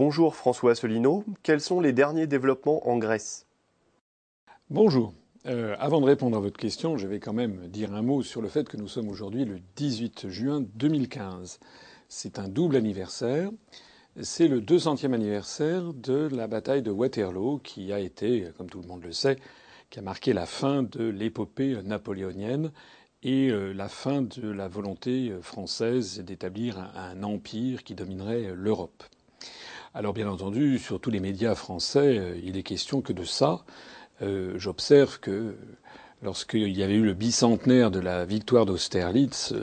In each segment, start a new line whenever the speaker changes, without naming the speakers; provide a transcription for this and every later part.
Bonjour François Asselineau, quels sont les derniers développements en Grèce?
Bonjour. Avant de répondre à votre question, je vais quand même dire un mot sur le fait que nous sommes aujourd'hui le 18 juin 2015. C'est un double anniversaire. C'est le 200e anniversaire de la bataille de Waterloo qui a été, comme tout le monde le sait, qui a marqué la fin de l'épopée napoléonienne et la fin de la volonté française d'établir un empire qui dominerait l'Europe. Alors bien entendu, sur tous les médias français, il est question que de ça. J'observe que lorsqu'il y avait eu le bicentenaire de la victoire d'Austerlitz,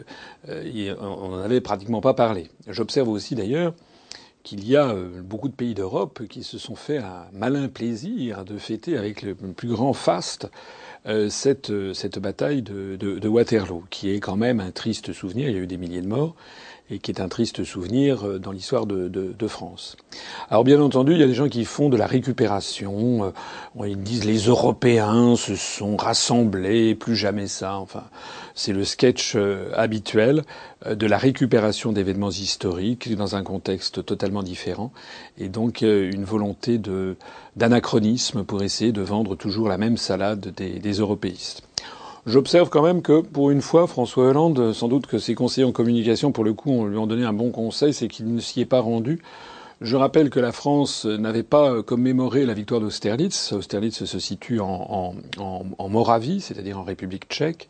on n'en avait pratiquement pas parlé. J'observe aussi d'ailleurs qu'il y a beaucoup de pays d'Europe qui se sont fait un malin plaisir de fêter avec le plus grand faste cette bataille de Waterloo, qui est quand même un triste souvenir. Il y a eu des milliers de morts. Et qui est un triste souvenir dans l'histoire de France. Alors bien entendu, il y a des gens qui font de la récupération. Ils disent les Européens se sont rassemblés, plus jamais ça. Enfin, c'est le sketch habituel de la récupération d'événements historiques dans un contexte totalement différent. Et donc une volonté d'anachronisme pour essayer de vendre toujours la même salade des européistes. J'observe quand même que, pour une fois, François Hollande, sans doute que ses conseillers en communication, pour le coup, on lui a donné un bon conseil, c'est qu'il ne s'y est pas rendu. Je rappelle que la France n'avait pas commémoré la victoire d'Austerlitz. Austerlitz se situe en Moravie, c'est-à-dire en République tchèque.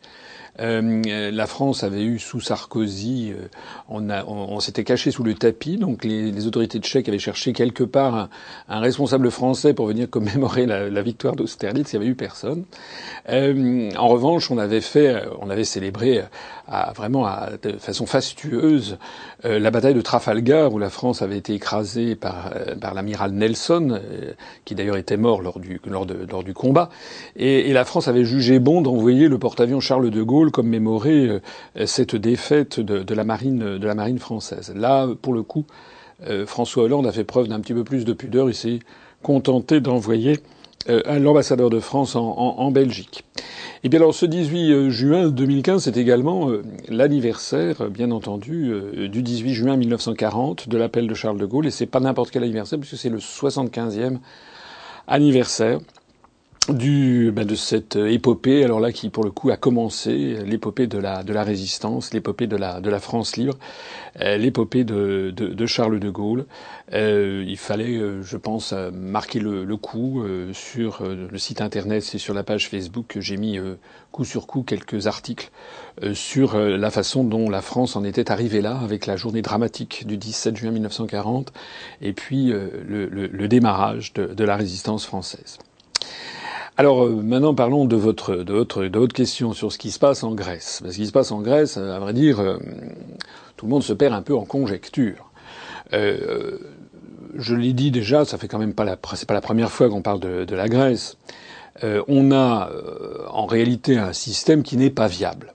La France avait eu sous Sarkozy, on s'était caché sous le tapis, donc les autorités tchèques avaient cherché quelque part un responsable français pour venir commémorer la victoire d'Austerlitz. Il n'y avait eu personne. En revanche, on avait célébré de façon fastueuse la bataille de Trafalgar, où la France avait été écrasée par l'amiral Nelson, qui d'ailleurs était mort lors du combat, et la France avait jugé bon d'envoyer le porte-avions Charles de Gaulle commémorer cette défaite de la marine française. Là, pour le coup, François Hollande a fait preuve d'un petit peu plus de pudeur. Il s'est contenté d'envoyer l'ambassadeur de France en Belgique. Et bien alors, ce 18 juin 2015, c'est également l'anniversaire, bien entendu, du 18 juin 1940 de l'appel de Charles de Gaulle. Et c'est pas n'importe quel anniversaire, puisque c'est le 75e anniversaire de cette épopée, alors là, qui pour le coup a commencé, l'épopée de la résistance, l'épopée de la France libre, l'épopée de Charles de Gaulle. Il fallait, je pense, marquer le coup sur le site internet et sur la page Facebook que j'ai mis coup sur coup quelques articles sur la façon dont la France en était arrivée là, avec la journée dramatique du 17 juin 1940, et puis le démarrage de la résistance française. Alors maintenant parlons de votre question sur ce qui se passe en Grèce. Ce qui se passe en Grèce, à vrai dire, tout le monde se perd un peu en conjecture. Je l'ai dit déjà, ça fait quand même c'est pas la première fois qu'on parle de la Grèce. On a en réalité un système qui n'est pas viable.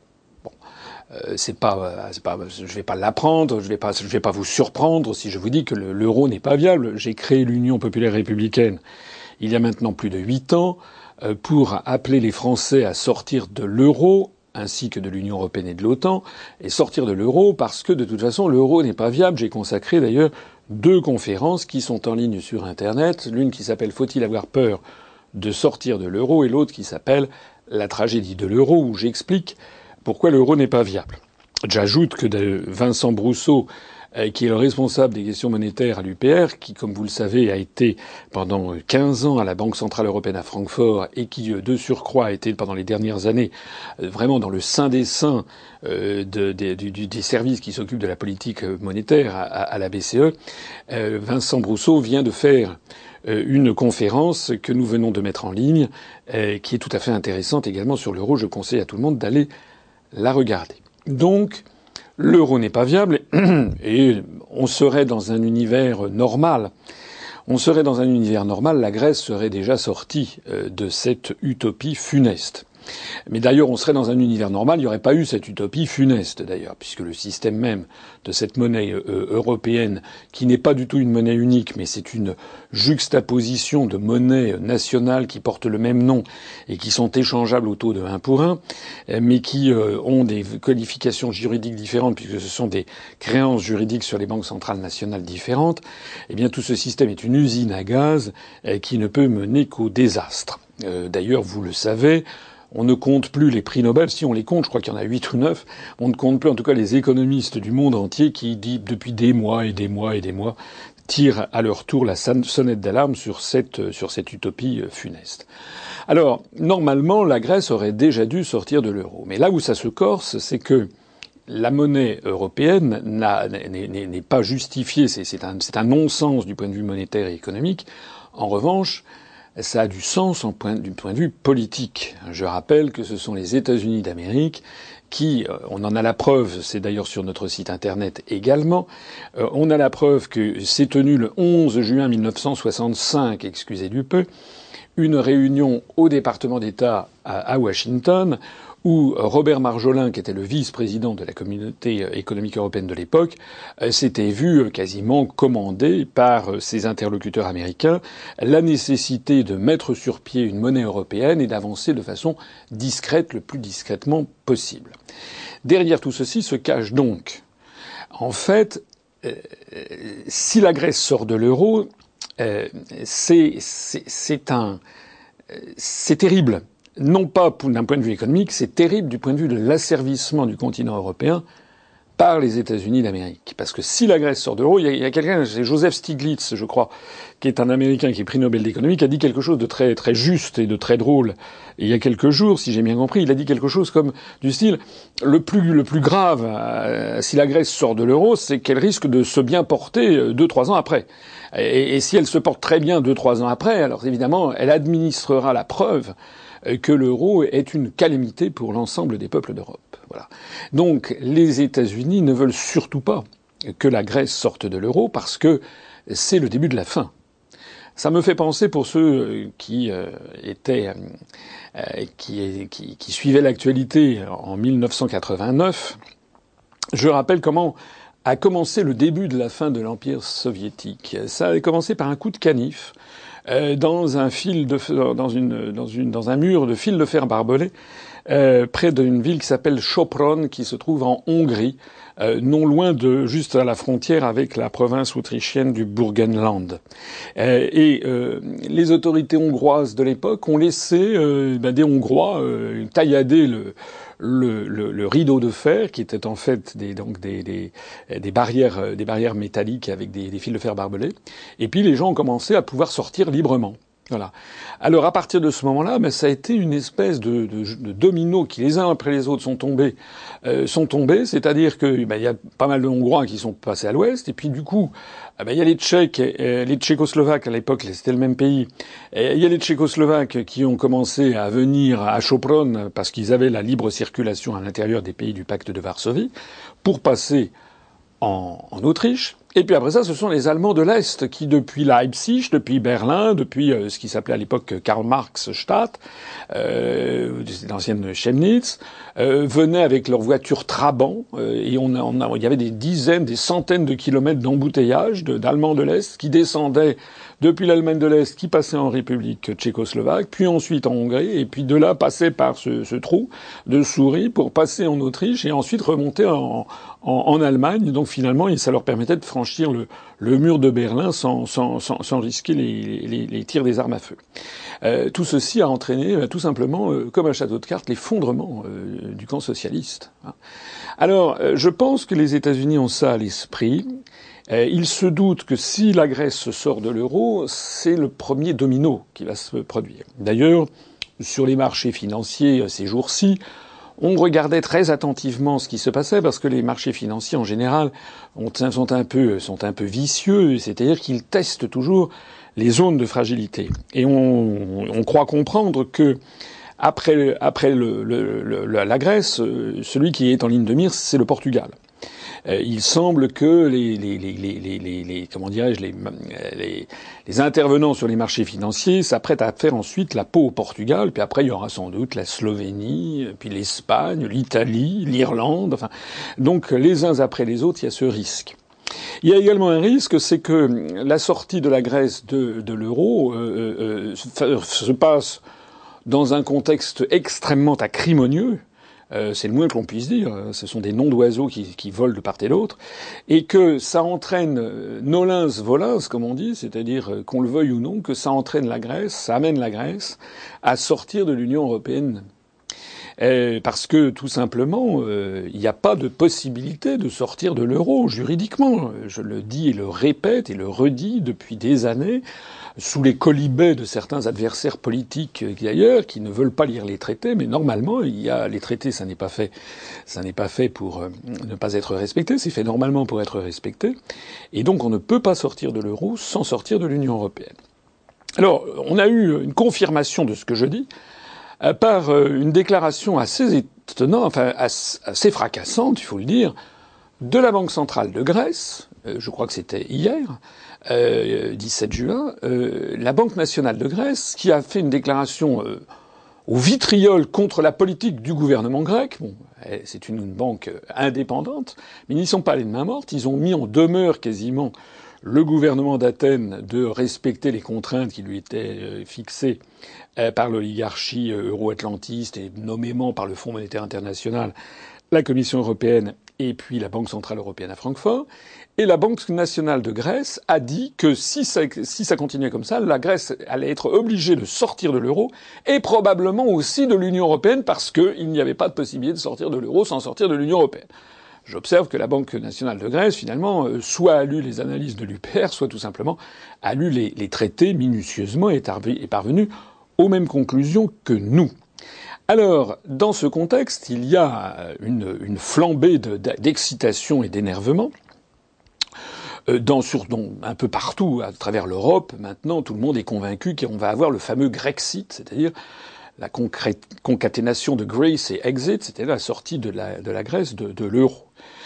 Je vais pas l'apprendre, je vais pas vous surprendre si je vous dis que l'euro n'est pas viable. J'ai créé l'Union populaire républicaine il y a maintenant plus de 8 ans pour appeler les Français à sortir de l'euro ainsi que de l'Union européenne et de l'OTAN, et sortir de l'euro parce que de toute façon l'euro n'est pas viable. J'ai consacré d'ailleurs 2 conférences qui sont en ligne sur Internet, l'une qui s'appelle Faut-il avoir peur de sortir de l'euro et l'autre qui s'appelle La tragédie de l'euro, où j'explique pourquoi l'euro n'est pas viable. J'ajoute que Vincent Brousseau, qui est le responsable des questions monétaires à l'UPR, qui, comme vous le savez, a été pendant 15 ans à la Banque centrale européenne à Francfort et qui, de surcroît, a été pendant les dernières années vraiment dans le sein des saints des services qui s'occupent de la politique monétaire à la BCE. Vincent Brousseau vient de faire une conférence que nous venons de mettre en ligne, qui est tout à fait intéressante également sur l'euro. Je conseille à tout le monde d'aller la regarder. Donc, l'euro n'est pas viable et on serait dans un univers normal. La Grèce serait déjà sortie de cette utopie funeste. Mais d'ailleurs, on serait dans un univers normal, il n'y aurait pas eu cette utopie funeste d'ailleurs, puisque le système même de cette monnaie européenne, qui n'est pas du tout une monnaie unique, mais c'est une juxtaposition de monnaies nationales qui portent le même nom et qui sont échangeables au taux de 1 pour 1, mais qui ont des qualifications juridiques différentes, puisque ce sont des créances juridiques sur les banques centrales nationales différentes. Eh bien, tout ce système est une usine à gaz qui ne peut mener qu'au désastre. D'ailleurs, vous le savez, on ne compte plus les prix Nobel. Si on les compte, je crois qu'il y en a 8 ou 9. On ne compte plus, en tout cas, les économistes du monde entier qui, depuis des mois et des mois et des mois, tirent à leur tour la sonnette d'alarme sur cette utopie funeste. Alors, normalement, la Grèce aurait déjà dû sortir de l'euro. Mais là où ça se corse, c'est que la monnaie européenne n'est pas justifiée. C'est un non-sens du point de vue monétaire et économique. En revanche, ça a du sens du point de vue politique. Je rappelle que ce sont les États-Unis d'Amérique qui, on en a la preuve, c'est d'ailleurs sur notre site internet également, on a la preuve que s'est tenu le 11 juin 1965, excusez du peu, une réunion au département d'État à Washington, où Robert Marjolin, qui était le vice-président de la Communauté économique européenne de l'époque, s'était vu quasiment commander par ses interlocuteurs américains la nécessité de mettre sur pied une monnaie européenne et d'avancer de façon discrète, le plus discrètement possible. Derrière tout ceci se cache donc, en fait, si la Grèce sort de l'euro, c'est terrible. Non pas d'un point de vue économique, c'est terrible du point de vue de l'asservissement du continent européen par les États-Unis d'Amérique. Parce que si la Grèce sort de l'euro, il y a quelqu'un, c'est Joseph Stiglitz, je crois, qui est un Américain qui est prix Nobel d'économie, qui a dit quelque chose de très, très juste et de très drôle. Et il y a quelques jours, si j'ai bien compris, il a dit quelque chose comme du style, le plus grave, si la Grèce sort de l'euro, c'est qu'elle risque de se bien porter 2-3 ans après. Et si elle se porte très bien 2-3 ans après, alors évidemment, elle administrera la preuve que l'euro est une calamité pour l'ensemble des peuples d'Europe. Voilà. Donc les États-Unis ne veulent surtout pas que la Grèce sorte de l'euro parce que c'est le début de la fin. Ça me fait penser, pour ceux qui suivaient l'actualité en 1989, je rappelle comment a commencé le début de la fin de l'Empire soviétique. Ça a commencé par un coup de canif dans un mur de fil de fer barbelé près d'une ville qui s'appelle Sopron, qui se trouve en Hongrie, non loin juste à la frontière avec la province autrichienne du Burgenland. Les autorités hongroises de l'époque ont laissé des Hongrois taillader le rideau de fer, qui était en fait des barrières métalliques avec des fils de fer barbelés. Et puis les gens ont commencé à pouvoir sortir librement. Voilà. Alors à partir de ce moment-là, ça a été une espèce de domino qui les uns après les autres sont tombés, c'est-à-dire que il y a pas mal de Hongrois qui sont passés à l'ouest, et puis du coup, il y a les Tchèques, les Tchécoslovaques à l'époque, c'était le même pays. Il y a les Tchécoslovaques qui ont commencé à venir à Sopron parce qu'ils avaient la libre circulation à l'intérieur des pays du pacte de Varsovie pour passer en Autriche. Et puis après ça, ce sont les Allemands de l'Est qui, depuis Leipzig, depuis Berlin, depuis ce qui s'appelait à l'époque Karl Marx Stadt, l'ancienne Chemnitz, venaient avec leurs voitures Trabant, et il y avait des dizaines, des centaines de kilomètres d'embouteillage d'Allemands de l'Est qui descendaient depuis l'Allemagne de l'Est, qui passait en République tchécoslovaque, puis ensuite en Hongrie, et puis de là passaient par ce trou de souris pour passer en Autriche et ensuite remonter en Allemagne. Donc finalement, ça leur permettait de franchir le mur de Berlin sans risquer les tirs des armes à feu. Tout ceci a entraîné tout simplement, comme un château de cartes, l'effondrement du camp socialiste. Alors, je pense que les États-Unis ont ça à l'esprit. Ils se doutent que si la Grèce sort de l'euro, c'est le premier domino qui va se produire. D'ailleurs, sur les marchés financiers ces jours-ci, on regardait très attentivement ce qui se passait parce que les marchés financiers en général sont un peu vicieux, c'est-à-dire qu'ils testent toujours les zones de fragilité. Et on croit comprendre que après la Grèce, celui qui est en ligne de mire, c'est le Portugal. Il semble que les intervenants sur les marchés financiers s'apprêtent à faire ensuite la peau au Portugal, puis après il y aura sans doute la Slovénie, puis l'Espagne, l'Italie, l'Irlande, enfin, donc les uns après les autres, il y a ce risque. Il y a également un risque, c'est que la sortie de la Grèce de l'euro se passe dans un contexte extrêmement acrimonieux. C'est le moins que l'on puisse dire. Ce sont des noms d'oiseaux qui volent de part et d'autre. Et que ça entraîne nolens volens, comme on dit, c'est-à-dire qu'on le veuille ou non, que ça entraîne la Grèce, ça amène la Grèce à sortir de l'Union européenne. Parce que, tout simplement, il n'y a pas de possibilité de sortir de l'euro, juridiquement. Je le dis et le répète et le redis depuis des années, sous les quolibets de certains adversaires politiques d'ailleurs, qui ne veulent pas lire les traités, mais normalement, il y a les traités, ça n'est pas fait pour ne pas être respecté, c'est fait normalement pour être respecté. Et donc, on ne peut pas sortir de l'euro sans sortir de l'Union européenne. Alors, on a eu une confirmation de ce que je dis, par une déclaration assez étonnante, enfin assez fracassante, il faut le dire, de la Banque centrale de Grèce, je crois que c'était hier, 17 juin, la Banque nationale de Grèce, qui a fait une déclaration au vitriol contre la politique du gouvernement grec. Bon, c'est une banque indépendante, mais ils n'y sont pas allés de main morte. Ils ont mis en demeure quasiment le gouvernement d'Athènes de respecter les contraintes qui lui étaient fixées par l'oligarchie euro-atlantiste et nommément par le Fonds monétaire international, la Commission européenne et puis la Banque centrale européenne à Francfort. Et la Banque nationale de Grèce a dit que si ça continuait comme ça, la Grèce allait être obligée de sortir de l'euro et probablement aussi de l'Union européenne parce qu'il n'y avait pas de possibilité de sortir de l'euro sans sortir de l'Union européenne. J'observe que la Banque nationale de Grèce, finalement, soit a lu les analyses de l'UPR, soit tout simplement a lu les traités minutieusement et est parvenue aux mêmes conclusions que nous. Alors, dans ce contexte, il y a une flambée d'excitation et d'énervement. Un peu partout à travers l'Europe, maintenant, tout le monde est convaincu qu'on va avoir le fameux Grexit, c'est-à-dire la concaténation de Grace et Exit, c'est-à-dire la sortie de la Grèce de l'euro.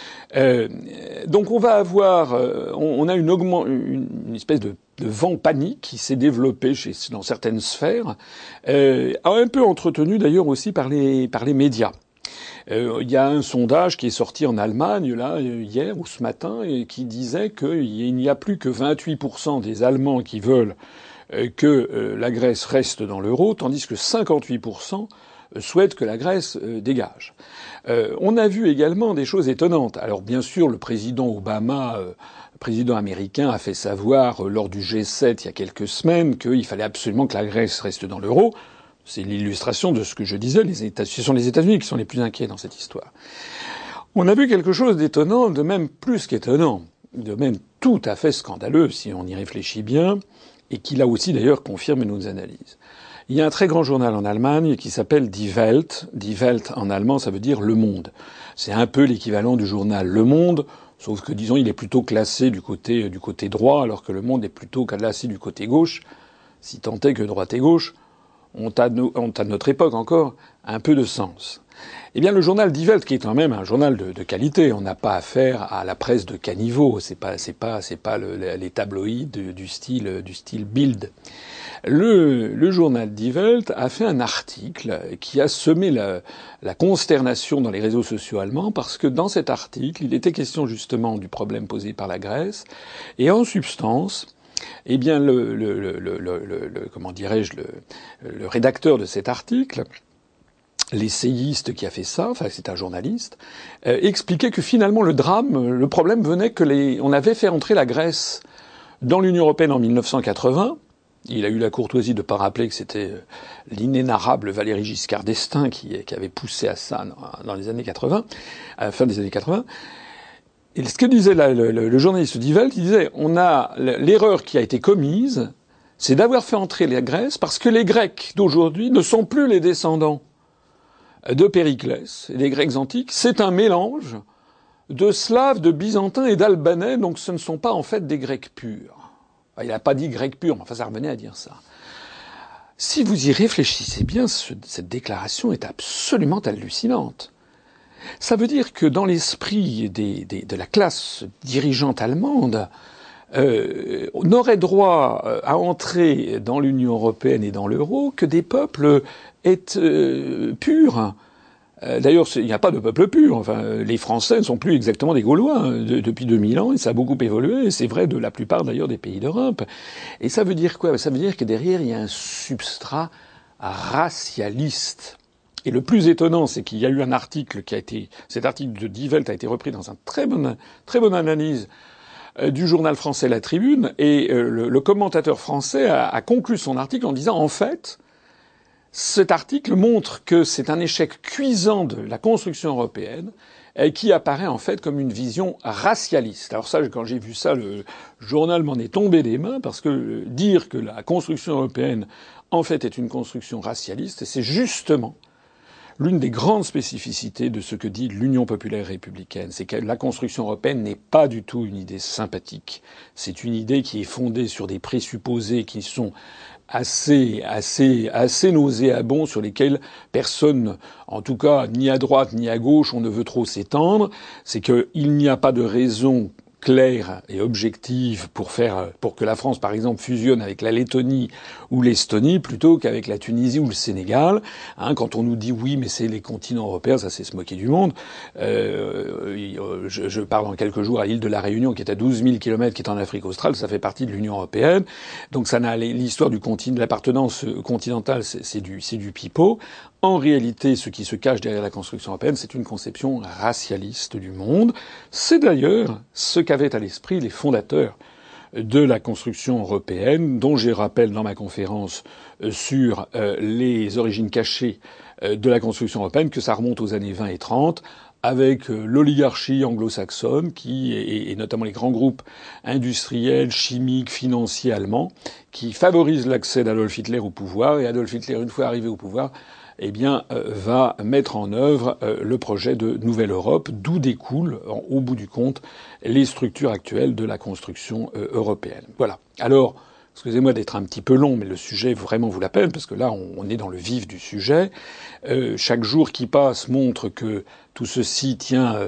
Donc on va avoir, on a une espèce de vent panique qui s'est développé dans certaines sphères, un peu entretenu d'ailleurs aussi par les médias. Il y a un sondage qui est sorti en Allemagne là hier ou ce matin et qui disait qu'il n'y a plus que 28% des Allemands qui veulent que la Grèce reste dans l'euro, tandis que 58% souhaitent que la Grèce dégage. On a vu également des choses étonnantes. Alors bien sûr, le président Obama, président américain, a fait savoir lors du G7 il y a quelques semaines qu'il fallait absolument que la Grèce reste dans l'euro. C'est l'illustration de ce que je disais. Ce sont les États-Unis qui sont les plus inquiets dans cette histoire. On a vu quelque chose d'étonnant, de même plus qu'étonnant, de même tout à fait scandaleux si on y réfléchit bien, et qui là aussi d'ailleurs confirme nos analyses. Il y a un très grand journal en Allemagne qui s'appelle Die Welt. Die Welt en allemand, ça veut dire Le Monde. C'est un peu l'équivalent du journal Le Monde, sauf que disons il est plutôt classé du côté droit, alors que Le Monde est plutôt classé du côté gauche, si tant est que droite et gauche ont à notre époque encore un peu de sens. Eh bien, le journal Die Welt, qui est quand même un journal de qualité, on n'a pas affaire à la presse de caniveau, c'est pas les tabloïds du style Bild. Le journal Die Welt a fait un article qui a semé la consternation dans les réseaux sociaux allemands parce que dans cet article, il était question justement du problème posé par la Grèce et en substance, eh bien, comment dirais-je, le rédacteur de cet article, l'essayiste qui a fait ça, enfin c'est un journaliste, expliquait que finalement le problème venait que on avait fait entrer la Grèce dans l'Union européenne en 1980. Il a eu la courtoisie de pas rappeler que c'était l'inénarrable Valéry Giscard d'Estaing qui avait poussé à ça dans les années 80, à la fin des années 80. Et ce que disait le journaliste Die Welt, il disait l'erreur qui a été commise, c'est d'avoir fait entrer la Grèce parce que les Grecs d'aujourd'hui ne sont plus les descendants de Périclès et des Grecs antiques. C'est un mélange de Slaves, de Byzantins et d'Albanais, donc ce ne sont pas en fait des Grecs purs. Il n'a pas dit Grecs purs, mais enfin ça revenait à dire ça. Si vous y réfléchissez bien, cette déclaration est absolument hallucinante. Ça veut dire que dans l'esprit de la classe dirigeante allemande, on n'aurait droit à entrer dans l'Union européenne et dans l'euro que des peuples purs. D'ailleurs, il n'y a pas de peuple pur. Enfin, les Français ne sont plus exactement des Gaulois depuis 2000 ans, et ça a beaucoup évolué. Et c'est vrai de la plupart d'ailleurs des pays d'Europe. Et ça veut dire quoi? Ça veut dire que derrière il y a un substrat racialiste. Et le plus étonnant, c'est qu'il y a eu un article cet article de Die Welt a été repris dans une très bonne analyse du journal français La Tribune, et le commentateur français a conclu son article en disant en fait, cet article montre que c'est un échec cuisant de la construction européenne qui apparaît en fait comme une vision racialiste. Alors ça, quand j'ai vu ça, le journal m'en est tombé des mains, parce que dire que la construction européenne en fait est une construction racialiste, c'est justement l'une des grandes spécificités de ce que dit l'Union populaire républicaine. C'est que la construction européenne n'est pas du tout une idée sympathique. C'est une idée qui est fondée sur des présupposés qui sont assez nauséabonds, sur lesquels personne, en tout cas ni à droite ni à gauche, on ne veut trop s'étendre. C'est qu'il n'y a pas de raison claire et objective pour que la France, par exemple, fusionne avec la Lettonie ou l'Estonie plutôt qu'avec la Tunisie ou le Sénégal. Quand on nous dit oui, mais c'est les continents européens, ça c'est se moquer du monde. Je pars dans quelques jours à l'île de la Réunion, qui est à 12 000 kilomètres, qui est en Afrique australe, ça fait partie de l'Union européenne. Donc ça n'a l'histoire du continent, de l'appartenance continentale, c'est du pipeau. En réalité, ce qui se cache derrière la construction européenne, c'est une conception racialiste du monde. C'est d'ailleurs ce qu'avaient à l'esprit les fondateurs de la construction européenne, dont j'ai rappelé dans ma conférence sur les origines cachées de la construction européenne, que ça remonte aux années 20 et 30, avec l'oligarchie anglo-saxonne, et notamment les grands groupes industriels, chimiques, financiers allemands, qui favorisent l'accès d'Adolf Hitler au pouvoir. Et Adolf Hitler, une fois arrivé au pouvoir, va mettre en œuvre le projet de Nouvelle Europe, d'où découlent, au bout du compte, les structures actuelles de la construction européenne. Voilà. Alors, excusez-moi d'être un petit peu long, mais le sujet vraiment vaut la peine, parce que là, on est dans le vif du sujet. Chaque jour qui passe montre que tout ceci tient...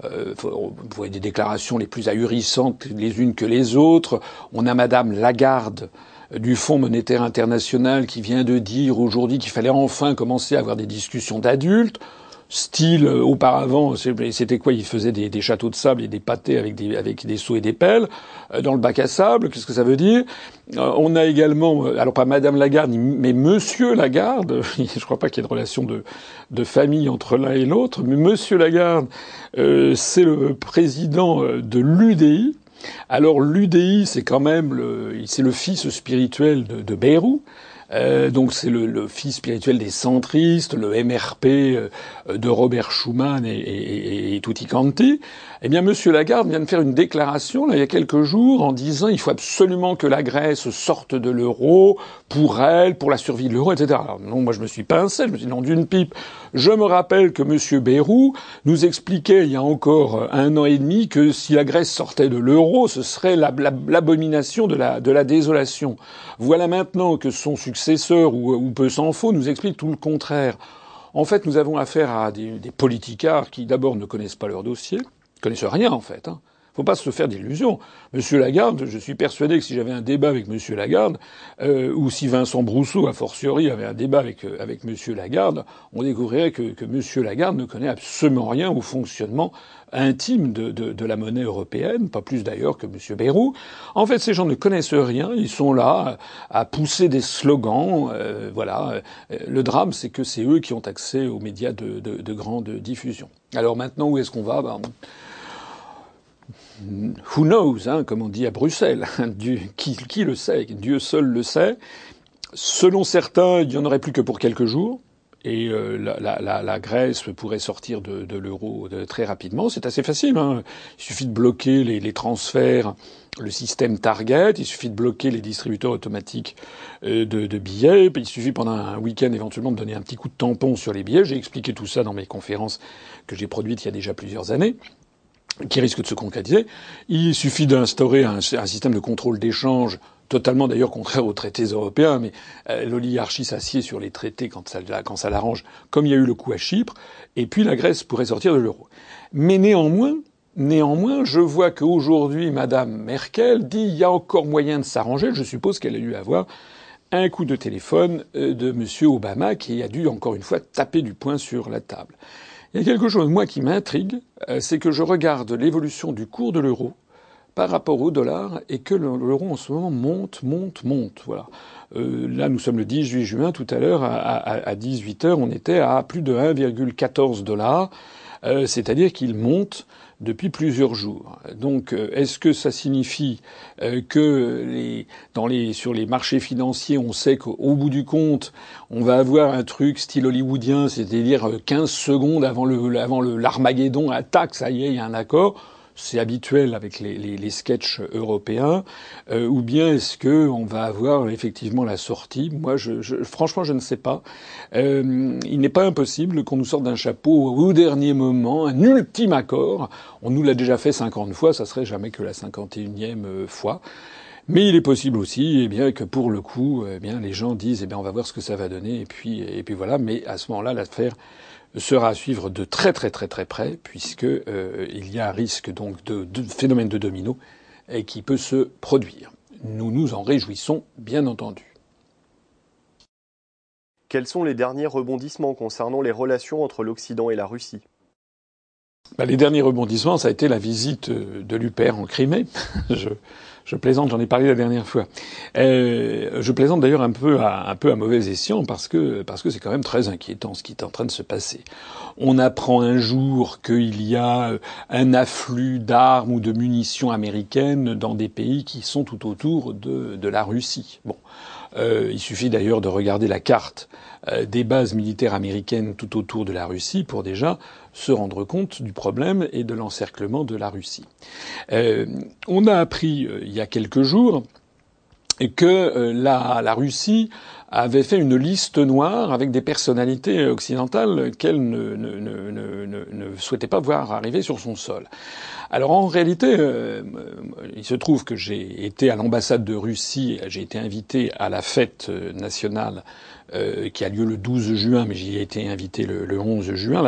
vous voyez des déclarations les plus ahurissantes les unes que les autres. On a Madame Lagarde du Fonds monétaire international qui vient de dire aujourd'hui qu'il fallait enfin commencer à avoir des discussions d'adultes. Style, auparavant, c'était quoi? Ils faisaient des châteaux de sable et des pâtés avec des seaux et des pelles dans le bac à sable. Qu'est-ce que ça veut dire? On a également, alors pas Madame Lagarde, mais Monsieur Lagarde. Je crois pas qu'il y ait de relation de famille entre l'un et l'autre, mais Monsieur Lagarde, c'est le président de l'UDI. Alors l'UDI, c'est quand même c'est le fils spirituel de Bayrou. Donc c'est le fils spirituel des centristes, le MRP de Robert Schuman et tutti quanti. Eh bien, Monsieur Lagarde vient de faire une déclaration là il y a quelques jours en disant il faut absolument que la Grèce sorte de l'euro pour elle, pour la survie de l'euro, etc. Alors non, moi je me suis pincé, je me suis dit non d'une pipe. Je me rappelle que Monsieur Bayrou nous expliquait il y a encore 1 an et demi que si la Grèce sortait de l'euro, ce serait l'abomination de la désolation. Voilà maintenant que son successeur, ou peu s'en faut, nous explique tout le contraire. En fait, nous avons affaire à des politicards qui d'abord ne connaissent pas leur dossier, connaissent rien en fait. Faut pas se faire d'illusions. Monsieur Lagarde, je suis persuadé que si j'avais un débat avec Monsieur Lagarde, ou si Vincent Brousseau, a fortiori, avait un débat avec Monsieur Lagarde, on découvrirait que Monsieur Lagarde ne connaît absolument rien au fonctionnement intime de la monnaie européenne, pas plus d'ailleurs que Monsieur Bayrou. En fait, ces gens ne connaissent rien, ils sont là à pousser des slogans, voilà. Le drame, c'est que c'est eux qui ont accès aux médias de grande diffusion. Alors maintenant, où est-ce qu'on va? Who knows, comme on dit à Bruxelles. Qui le sait? Dieu seul le sait. Selon certains, il n'y en aurait plus que pour quelques jours. Et la Grèce pourrait sortir de l'euro très rapidement. C'est assez facile. Il suffit de bloquer les transferts, le système Target. Il suffit de bloquer les distributeurs automatiques de billets. Il suffit pendant un week-end éventuellement de donner un petit coup de tampon sur les billets. J'ai expliqué tout ça dans mes conférences que j'ai produites il y a déjà plusieurs années, qui risque de se concrétiser. Il suffit d'instaurer un système de contrôle d'échange totalement d'ailleurs contraire aux traités européens, mais l'oligarchie s'assied sur les traités quand ça l'arrange, comme il y a eu le coup à Chypre, et puis la Grèce pourrait sortir de l'euro. Mais néanmoins, je vois qu'aujourd'hui, Madame Merkel dit il y a encore moyen de s'arranger. Je suppose qu'elle a dû avoir un coup de téléphone de Monsieur Obama qui a dû encore une fois taper du poing sur la table. Il y a quelque chose, moi, qui m'intrigue, c'est que je regarde l'évolution du cours de l'euro par rapport au dollar et que l'euro en ce moment monte. Voilà. Là, nous sommes le 18 juin. Tout à l'heure, à 18 heures, on était à plus de 1,14 $. C'est-à-dire qu'il monte depuis plusieurs jours. Donc, est-ce que ça signifie que sur les marchés financiers, on sait qu'au bout du compte, on va avoir un truc style hollywoodien, c'est-à-dire 15 secondes avant l'Armageddon attaque, ça y est, il y a un accord. C'est habituel avec les sketchs européens, ou bien est-ce que on va avoir effectivement la sortie? Moi, franchement, je ne sais pas. Il n'est pas impossible qu'on nous sorte d'un chapeau au dernier moment un ultime accord. On nous l'a déjà fait 50 fois, ça serait jamais que la 51e fois. Mais il est possible aussi, que pour le coup, les gens disent, on va voir ce que ça va donner, et puis voilà. Mais à ce moment-là, l'affaire sera à suivre de très près, puisque il y a un risque donc de phénomène de domino qui peut se produire. Nous nous en réjouissons, bien entendu.
Quels sont les derniers rebondissements concernant les relations entre l'Occident et la Russie?
Les derniers rebondissements, ça a été la visite de l'UPR en Crimée. Je plaisante, j'en ai parlé la dernière fois. Je plaisante d'ailleurs un peu à mauvais escient parce que c'est quand même très inquiétant ce qui est en train de se passer. On apprend un jour qu'il y a un afflux d'armes ou de munitions américaines dans des pays qui sont tout autour de la Russie. Bon. Il suffit d'ailleurs de regarder la carte des bases militaires américaines tout autour de la Russie pour déjà se rendre compte du problème et de l'encerclement de la Russie. On a appris il y a quelques jours que la Russie avait fait une liste noire avec des personnalités occidentales qu'elle ne souhaitait pas voir arriver sur son sol. Alors en réalité, il se trouve que j'ai été à l'ambassade de Russie, j'ai été invité à la fête nationale qui a lieu le 12 juin, mais j'y ai été invité le 11 juin.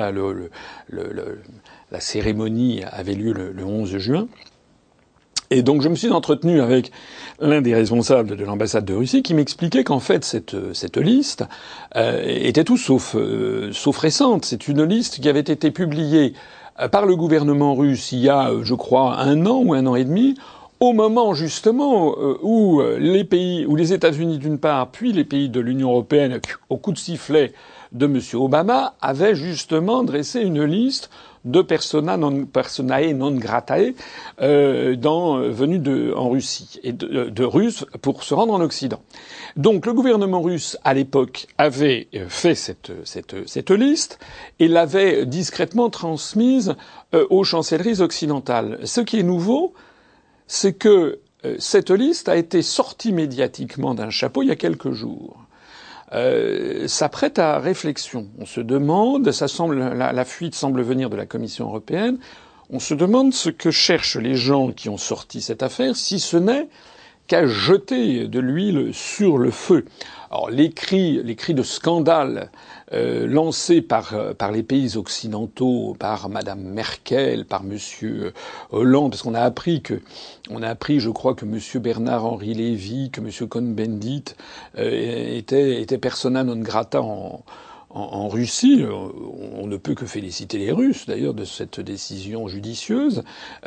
La cérémonie avait lieu le 11 juin. Et donc je me suis entretenu avec l'un des responsables de l'ambassade de Russie qui m'expliquait qu'en fait cette liste était tout sauf récente. C'est une liste qui avait été publiée par le gouvernement russe il y a, je crois, 1 an ou 1 an et demi, au moment justement où les États-Unis d'une part, puis les pays de l'Union européenne, au coup de sifflet de M. Obama, avaient justement dressé une liste de personae non gratae venus en Russie et de Russes pour se rendre en Occident. Donc le gouvernement russe à l'époque avait fait cette liste et l'avait discrètement transmise aux chancelleries occidentales. Ce qui est nouveau, c'est que cette liste a été sortie médiatiquement d'un chapeau il y a quelques jours. Ça prête à réflexion. On se demande, la fuite semble venir de la Commission européenne, on se demande ce que cherchent les gens qui ont sorti cette affaire, si ce n'est qu'à jeter de l'huile sur le feu. Alors les cris de scandale lancés par les pays occidentaux, par Madame Merkel, par Monsieur Hollande, parce qu'on a appris, je crois, que Monsieur Bernard-Henri Lévy, que Monsieur Cohn-Bendit étaient persona non grata en Russie. On ne peut que féliciter les Russes, d'ailleurs, de cette décision judicieuse.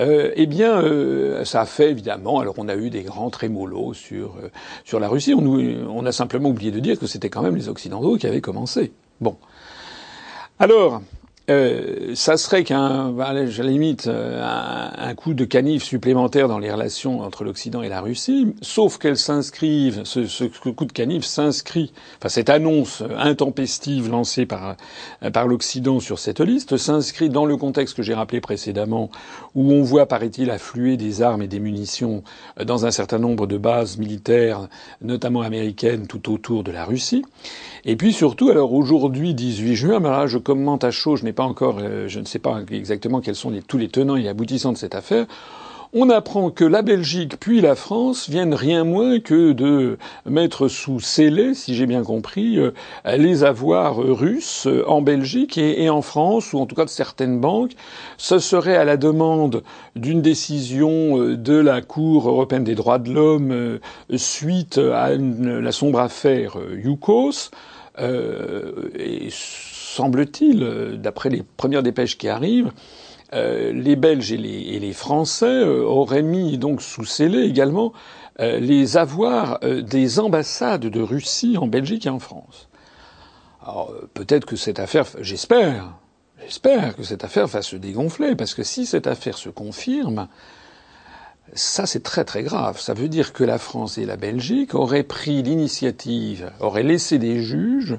Ça a fait, évidemment, alors on a eu des grands trémolos sur la Russie. On a simplement oublié de dire que c'était quand même les Occidentaux qui avaient commencé. Bon. Alors, ça serait à la limite, un coup de canif supplémentaire dans les relations entre l'Occident et la Russie, sauf qu'elle s'inscrivent, ce coup de canif s'inscrit, cette annonce intempestive lancée par l'Occident sur cette liste s'inscrit dans le contexte que j'ai rappelé précédemment, où on voit, paraît-il, affluer des armes et des munitions dans un certain nombre de bases militaires, notamment américaines, tout autour de la Russie. Et puis surtout, alors aujourd'hui, 18 juin, là, je commente à chaud, je ne sais pas exactement quels sont tous les tenants et aboutissants de cette affaire. on apprend que la Belgique puis la France viennent rien moins que de mettre sous scellé, si j'ai bien compris, les avoirs russes en Belgique et en France, ou en tout cas de certaines banques. Ce serait à la demande d'une décision de la Cour européenne des droits de l'homme suite à la sombre affaire Yukos. Et semble-t-il, d'après les premières dépêches qui arrivent, les Belges et les Français auraient mis donc sous scellé également les avoirs des ambassades de Russie en Belgique et en France. Alors peut-être que cette affaire, j'espère que cette affaire va se dégonfler, parce que si cette affaire se confirme, ça c'est très très grave. Ça veut dire que la France et la Belgique auraient pris l'initiative, auraient laissé des juges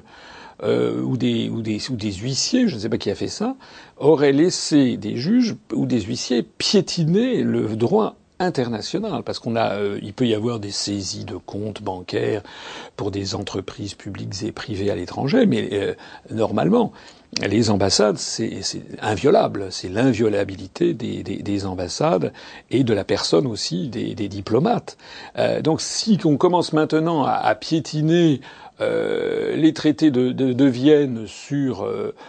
ou des huissiers, je ne sais pas qui a fait ça, auraient laissé des juges ou des huissiers piétiner le droit international, parce il peut y avoir des saisies de comptes bancaires pour des entreprises publiques et privées à l'étranger, mais normalement, les ambassades, c'est inviolable, c'est l'inviolabilité des ambassades et de la personne aussi des diplomates. Donc si on commence maintenant à piétiner les traités de Vienne sur,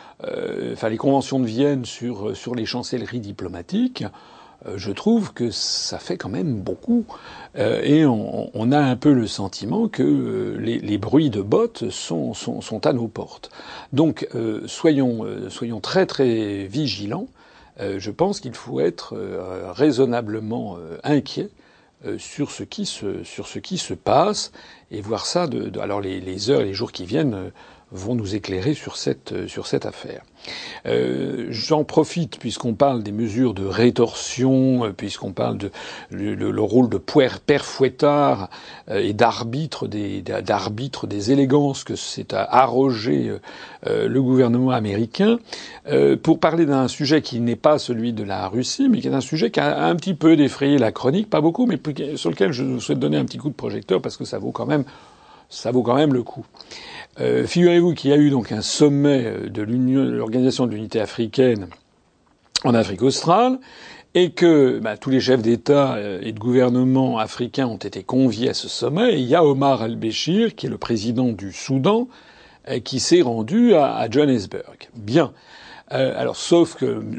les conventions de Vienne sur les chancelleries diplomatiques, je trouve que ça fait quand même beaucoup. Et on a un peu le sentiment que les bruits de bottes sont à nos portes. Donc soyons très très vigilants. Je pense qu'il faut être raisonnablement inquiet sur ce qui se passe et voir ça alors les heures et les jours qui viennent vont nous éclairer sur cette affaire. J'en profite puisqu'on parle des mesures de rétorsion, puisqu'on parle de le rôle de père Fouettard et d'arbitre des élégances que c'est à arroger le gouvernement américain, pour parler d'un sujet qui n'est pas celui de la Russie, mais qui est un sujet qui a un petit peu défrayé la chronique, pas beaucoup, mais sur lequel je souhaite donner un petit coup de projecteur parce que ça vaut quand même le coup. Figurez-vous qu'il y a eu donc un sommet de l'Organisation de l'Unité africaine en Afrique australe et que tous les chefs d'État et de gouvernement africains ont été conviés à ce sommet. Et il y a Omar al-Béchir, qui est le président du Soudan, qui s'est rendu à Johannesburg. Bien. Sauf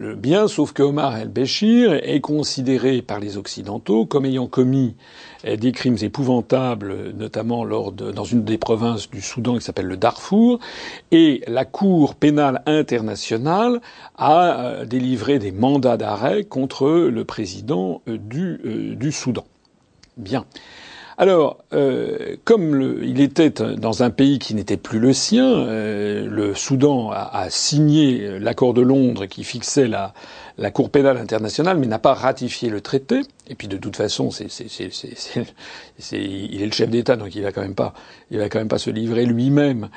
que Omar el-Béchir est considéré par les Occidentaux comme ayant commis des crimes épouvantables, notamment dans une des provinces du Soudan qui s'appelle le Darfour, et la Cour pénale internationale a délivré des mandats d'arrêt contre le président du Soudan. Bien. Alors, comme il était dans un pays qui n'était plus le sien, le Soudan a signé l'accord de Londres qui fixait la Cour pénale internationale, mais n'a pas ratifié le traité. Et puis de toute façon, il est le chef d'État, donc il va quand même pas se livrer lui-même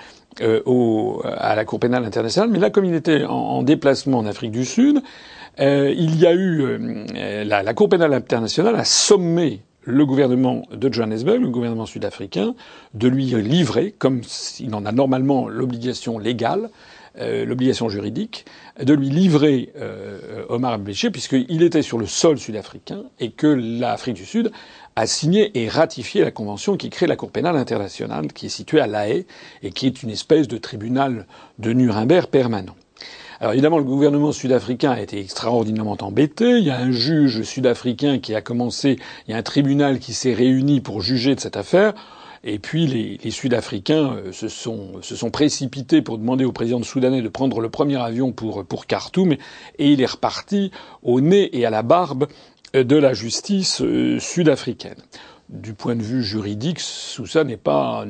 à la Cour pénale internationale. Mais là, comme il était en déplacement en Afrique du Sud, il y a eu la Cour pénale internationale a sommé le gouvernement de Johannesburg, le gouvernement sud-africain, de lui livrer, comme il en a normalement l'obligation légale, l'obligation juridique, de lui livrer Omar al-Béchir, puisqu'il était sur le sol sud-africain et que l'Afrique du Sud a signé et ratifié la convention qui crée la Cour pénale internationale, qui est située à La Haye et qui est une espèce de tribunal de Nuremberg permanent. Alors évidemment, le gouvernement sud-africain a été extraordinairement embêté. Il y a un juge sud-africain il y a un tribunal qui s'est réuni pour juger de cette affaire. Et puis les Sud-Africains se sont précipités pour demander au président soudanais de prendre le premier avion pour Khartoum, et il est reparti au nez et à la barbe de la justice sud-africaine. Du point de vue juridique, tout ça n'est pas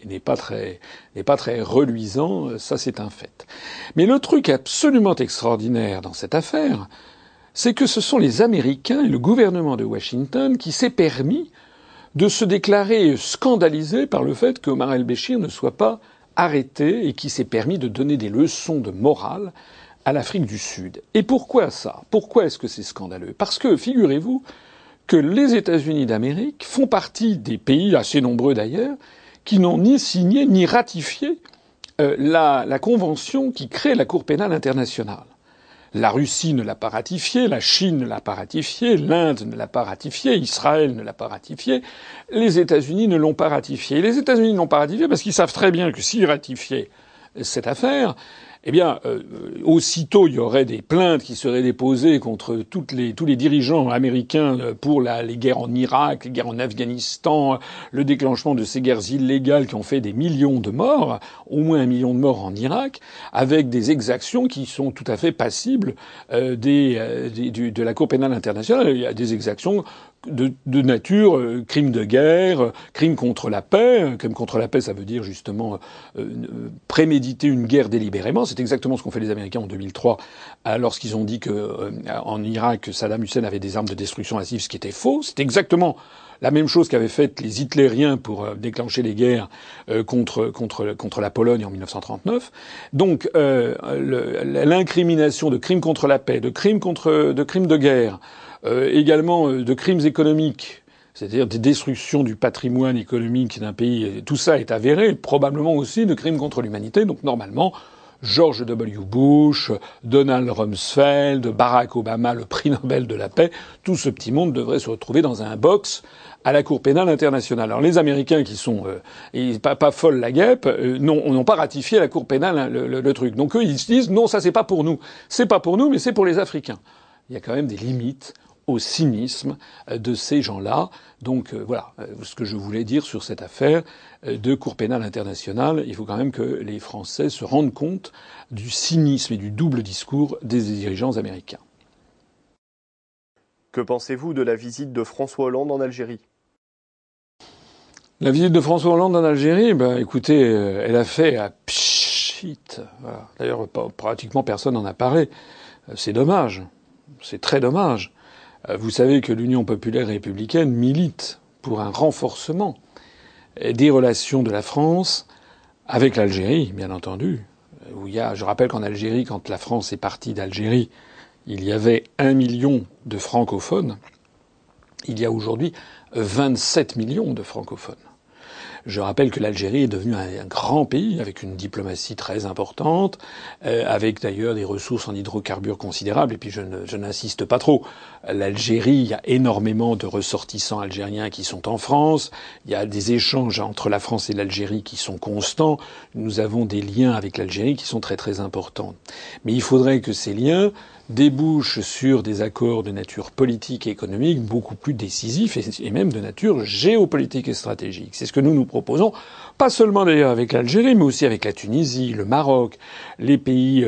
très reluisant, ça c'est un fait. Mais le truc absolument extraordinaire dans cette affaire, c'est que ce sont les Américains et le gouvernement de Washington qui s'est permis de se déclarer scandalisé par le fait qu'Omar el-Béchir ne soit pas arrêté et qui s'est permis de donner des leçons de morale à l'Afrique du Sud. Et pourquoi ça? Pourquoi est-ce que c'est scandaleux? Parce que, figurez-vous, que les États-Unis d'Amérique font partie des pays, assez nombreux d'ailleurs, qui n'ont ni signé ni ratifié la convention qui crée la Cour pénale internationale. La Russie ne l'a pas ratifié, la Chine ne l'a pas ratifié, l'Inde ne l'a pas ratifié, Israël ne l'a pas ratifié, les États-Unis ne l'ont pas ratifié. Et les États-Unis ne l'ont pas ratifié parce qu'ils savent très bien que s'ils ratifiaient cette affaire, eh bien, aussitôt il y aurait des plaintes qui seraient déposées contre tous les dirigeants américains pour les guerres en Irak, les guerres en Afghanistan, le déclenchement de ces guerres illégales qui ont fait des millions de morts, au moins 1 million de morts en Irak, avec des exactions qui sont tout à fait passibles de la Cour pénale internationale. Il y a des exactions de nature, crimes de guerre, crimes contre la paix. Crime contre la paix, ça veut dire justement préméditer une guerre délibérément. C'est exactement ce qu'ont fait les Américains en 2003, lorsqu'ils ont dit que en Irak, Saddam Hussein avait des armes de destruction massive, ce qui était faux. C'est exactement la même chose qu'avaient fait les hitlériens pour déclencher les guerres contre la Pologne en 1939. Donc l'incrimination de crimes contre la paix, de crimes de guerre, également de crimes économiques, c'est-à-dire des destructions du patrimoine économique d'un pays, tout ça est avéré, probablement aussi de crimes contre l'humanité. Donc normalement, George W. Bush, Donald Rumsfeld, Barack Obama, le prix Nobel de la paix, tout ce petit monde devrait se retrouver dans un box à la Cour pénale internationale. Alors les Américains qui sont pas folles la guêpe, n'ont pas ratifié à la Cour pénale hein, le truc. Donc eux ils se disent non, ça c'est pas pour nous. C'est pas pour nous, mais c'est pour les Africains. Il y a quand même des limites au cynisme de ces gens-là. Donc voilà ce que je voulais dire sur cette affaire de Cour pénale internationale. Il faut quand même que les Français se rendent compte du cynisme et du double discours des dirigeants américains.
Que pensez-vous de la visite de François Hollande en Algérie ?
La visite de François Hollande en Algérie, écoutez, elle a fait à pchit. Voilà. D'ailleurs, pratiquement personne n'en a parlé. C'est dommage. C'est très dommage. Vous savez que l'Union populaire républicaine milite pour un renforcement des relations de la France avec l'Algérie, bien entendu. Je rappelle qu'en Algérie, quand la France est partie d'Algérie, il y avait 1 million de francophones. Il y a aujourd'hui 27 millions de francophones. Je rappelle que l'Algérie est devenue un grand pays avec une diplomatie très importante, avec d'ailleurs des ressources en hydrocarbures considérables. Et puis je n'insiste pas trop. L'Algérie, il y a énormément de ressortissants algériens qui sont en France. Il y a des échanges entre la France et l'Algérie qui sont constants. Nous avons des liens avec l'Algérie qui sont très très importants. Mais il faudrait que ces liens débouchent sur des accords de nature politique et économique beaucoup plus décisifs et même de nature géopolitique et stratégique. C'est ce que nous proposons, pas seulement d'ailleurs avec l'Algérie, mais aussi avec la Tunisie, le Maroc, les pays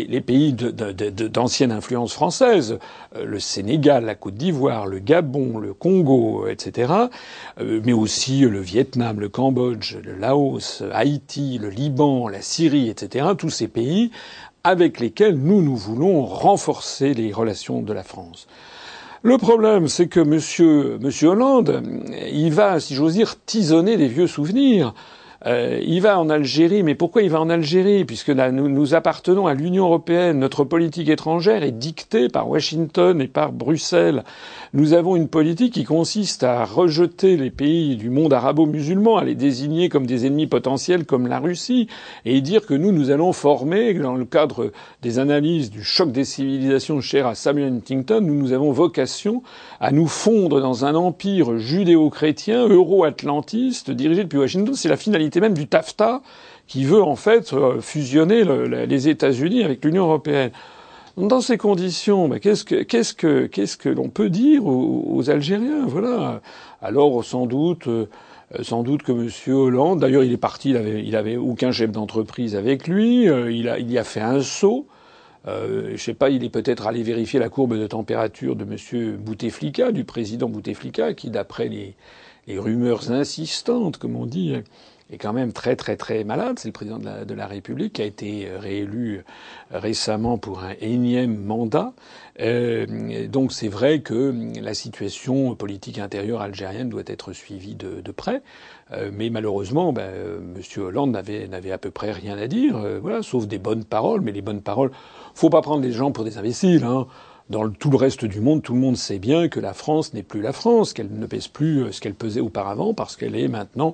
d'ancienne influence française, le Sénégal, la Côte d'Ivoire, le Gabon, le Congo, etc., mais aussi le Vietnam, le Cambodge, le Laos, Haïti, le Liban, la Syrie, etc., tous ces pays avec lesquels nous voulons renforcer les relations de la France. Le problème, c'est que monsieur Hollande, il va, si j'ose dire, tisonner des vieux souvenirs. Il va en Algérie, mais pourquoi il va en Algérie? Puisque là, nous appartenons à l'Union européenne. Notre politique étrangère est dictée par Washington et par Bruxelles. Nous avons une politique qui consiste à rejeter les pays du monde arabo-musulman, à les désigner comme des ennemis potentiels comme la Russie, et dire que nous allons former, dans le cadre des analyses du choc des civilisations chères à Samuel Huntington, nous avons vocation à nous fondre dans un empire judéo-chrétien, euro-atlantiste, dirigé depuis Washington. C'est la finalité même du TAFTA, qui veut en fait fusionner les États-Unis avec l'Union européenne. Dans ces conditions, qu'est-ce que l'on peut dire aux Algériens? Voilà. Alors sans doute que M. Hollande, d'ailleurs il est parti, il avait aucun chef d'entreprise avec lui, il y a fait un saut. Je sais pas, il est peut-être allé vérifier la courbe de température de M. Bouteflika, du président Bouteflika, qui d'après les rumeurs insistantes, comme on dit, est quand même très très très malade. C'est le président de la République qui a été réélu récemment pour un énième mandat. Donc c'est vrai que la situation politique intérieure algérienne doit être suivie de près. Mais malheureusement, M. Hollande n'avait à peu près rien à dire, voilà, sauf des bonnes paroles. Mais les bonnes paroles, faut pas prendre les gens pour des imbéciles, hein. Dans tout le reste du monde, tout le monde sait bien que la France n'est plus la France, qu'elle ne pèse plus ce qu'elle pesait auparavant, parce qu'elle est maintenant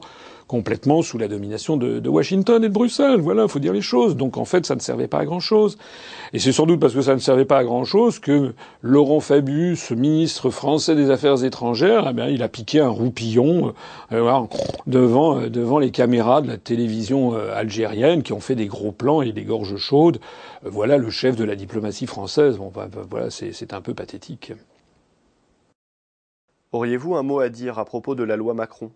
complètement sous la domination de Washington et de Bruxelles. Voilà, faut dire les choses. Donc en fait, ça ne servait pas à grand-chose. Et c'est sans doute parce que ça ne servait pas à grand-chose que Laurent Fabius, ministre français des Affaires étrangères, eh bien, il a piqué un roupillon voilà, devant les caméras de la télévision algérienne qui ont fait des gros plans et des gorges chaudes. Voilà le chef de la diplomatie française. Bon, voilà, c'est un peu pathétique.
Auriez-vous un mot à dire à propos de la loi Macron?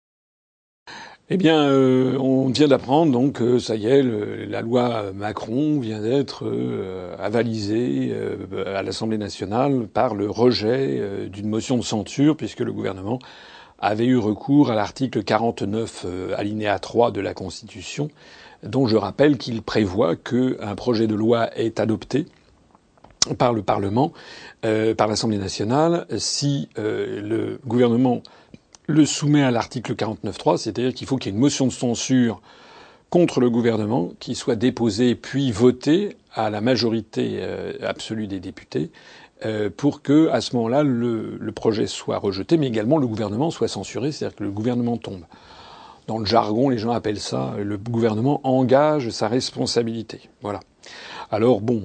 Eh bien, on vient d'apprendre donc que ça y est, la loi Macron vient d'être avalisée à l'Assemblée nationale par le rejet d'une motion de censure, puisque le gouvernement avait eu recours à l'article 49 alinéa 3 de la Constitution, dont je rappelle qu'il prévoit qu'un projet de loi est adopté par le Parlement, par l'Assemblée nationale, si le gouvernement le soumet à l'article 49.3, c'est-à-dire qu'il faut qu'il y ait une motion de censure contre le gouvernement qui soit déposée puis votée à la majorité absolue des députés pour que, à ce moment-là, le projet soit rejeté, mais également le gouvernement soit censuré, c'est-à-dire que le gouvernement tombe. Dans le jargon, les gens appellent ça le gouvernement engage sa responsabilité. Voilà. Alors bon,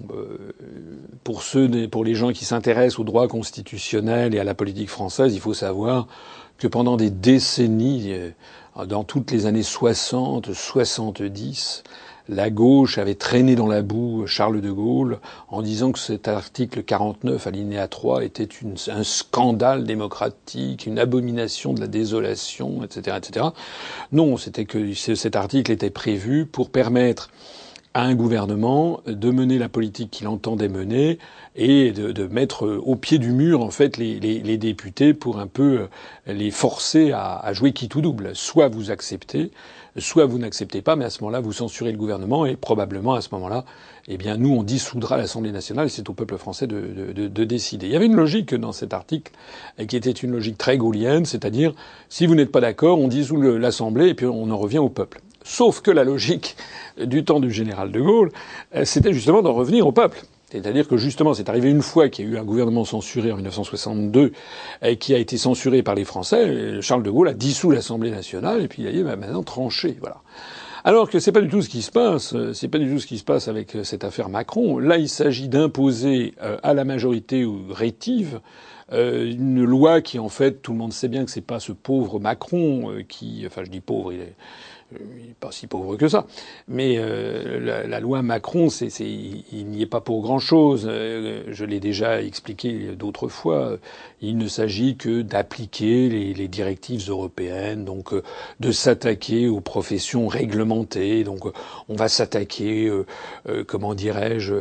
pour les gens qui s'intéressent au droit constitutionnel et à la politique française, il faut savoir que pendant des décennies, dans toutes les années 60, 70, la gauche avait traîné dans la boue Charles de Gaulle en disant que cet article 49 alinéa 3 était un scandale démocratique, une abomination de la désolation, etc., etc. Non, c'était que cet article était prévu pour permettre à un gouvernement de mener la politique qu'il entendait mener et de mettre au pied du mur en fait les députés pour un peu les forcer à jouer quitte ou double. Soit vous acceptez, soit vous n'acceptez pas, mais à ce moment-là vous censurez le gouvernement et probablement à ce moment-là, eh bien nous on dissoudra l'Assemblée nationale et c'est au peuple français de décider. Il y avait une logique dans cet article qui était une logique très gaulienne, c'est-à-dire si vous n'êtes pas d'accord, on dissout l'Assemblée et puis on en revient au peuple. Sauf que la logique du temps du général de Gaulle, c'était justement d'en revenir au peuple. C'est-à-dire que justement, c'est arrivé une fois qu'il y a eu un gouvernement censuré en 1962, qui a été censuré par les Français. Charles de Gaulle a dissous l'Assemblée nationale et puis il a dit maintenant tranché. Voilà. Alors que c'est pas du tout ce qui se passe. C'est pas du tout ce qui se passe avec cette affaire Macron. Là, il s'agit d'imposer à la majorité rétive une loi qui, en fait, tout le monde sait bien que c'est pas ce pauvre Macron qui, enfin, je dis pauvre, il est pas si pauvre que ça. Mais la loi Macron, il n'y est pas pour grand-chose. Je l'ai déjà expliqué d'autres fois. Il ne s'agit que d'appliquer les directives européennes, donc de s'attaquer aux professions réglementées. Donc on va s'attaquer, comment dirais-je,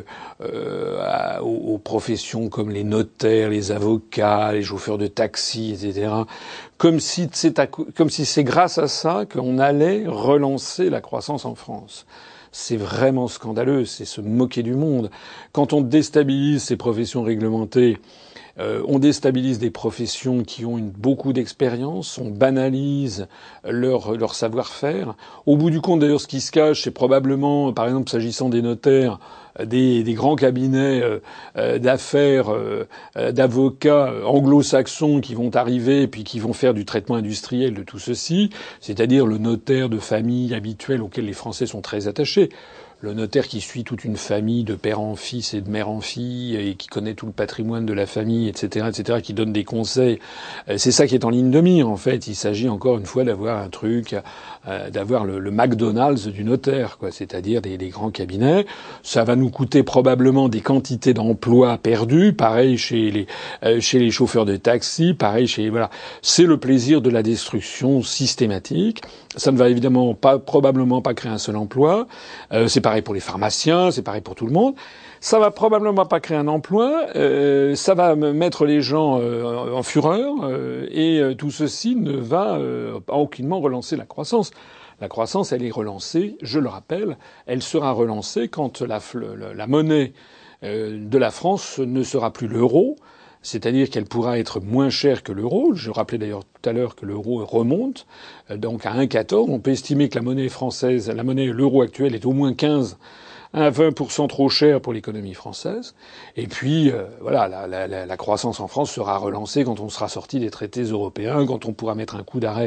aux professions comme les notaires, les avocats, les chauffeurs de taxi, etc. Comme si c'est grâce à ça qu'on allait relancer la croissance en France. C'est vraiment scandaleux, c'est se moquer du monde. Quand on déstabilise ces professions réglementées, on déstabilise des professions qui ont beaucoup d'expérience, on banalise leur savoir-faire. Au bout du compte, d'ailleurs, ce qui se cache, c'est probablement, par exemple, s'agissant des notaires, des grands cabinets d'affaires, d'avocats anglo-saxons qui vont arriver et puis qui vont faire du traitement industriel de tout ceci, c'est-à-dire le notaire de famille habituel auquel les Français sont très attachés. Le notaire qui suit toute une famille de père en fils et de mère en fille et qui connaît tout le patrimoine de la famille, etc., etc., qui donne des conseils. C'est ça qui est en ligne de mire, en fait. Il s'agit encore une fois d'avoir un truc, d'avoir le McDonald's du notaire, quoi. C'est-à-dire des grands cabinets. Ça va nous coûter probablement des quantités d'emplois perdus. Pareil chez les chauffeurs de taxi. Pareil voilà. C'est le plaisir de la destruction systématique. Ça ne va évidemment probablement pas créer un seul emploi. C'est pareil pour les pharmaciens, c'est pareil pour tout le monde. Ça va probablement pas créer un emploi. Ça va mettre les gens en fureur. Et tout ceci ne va aucunement relancer la croissance. La croissance, elle est relancée, je le rappelle, elle sera relancée quand la monnaie de la France ne sera plus l'euro. C'est-à-dire qu'elle pourra être moins chère que l'euro. Je rappelais d'ailleurs tout à l'heure que l'euro remonte, donc à 1,14. On peut estimer que la monnaie française, l'euro actuel est au moins 15 à 20% trop cher pour l'économie française. Et puis, voilà, la croissance en France sera relancée quand on sera sorti des traités européens, quand on pourra mettre un coup d'arrêt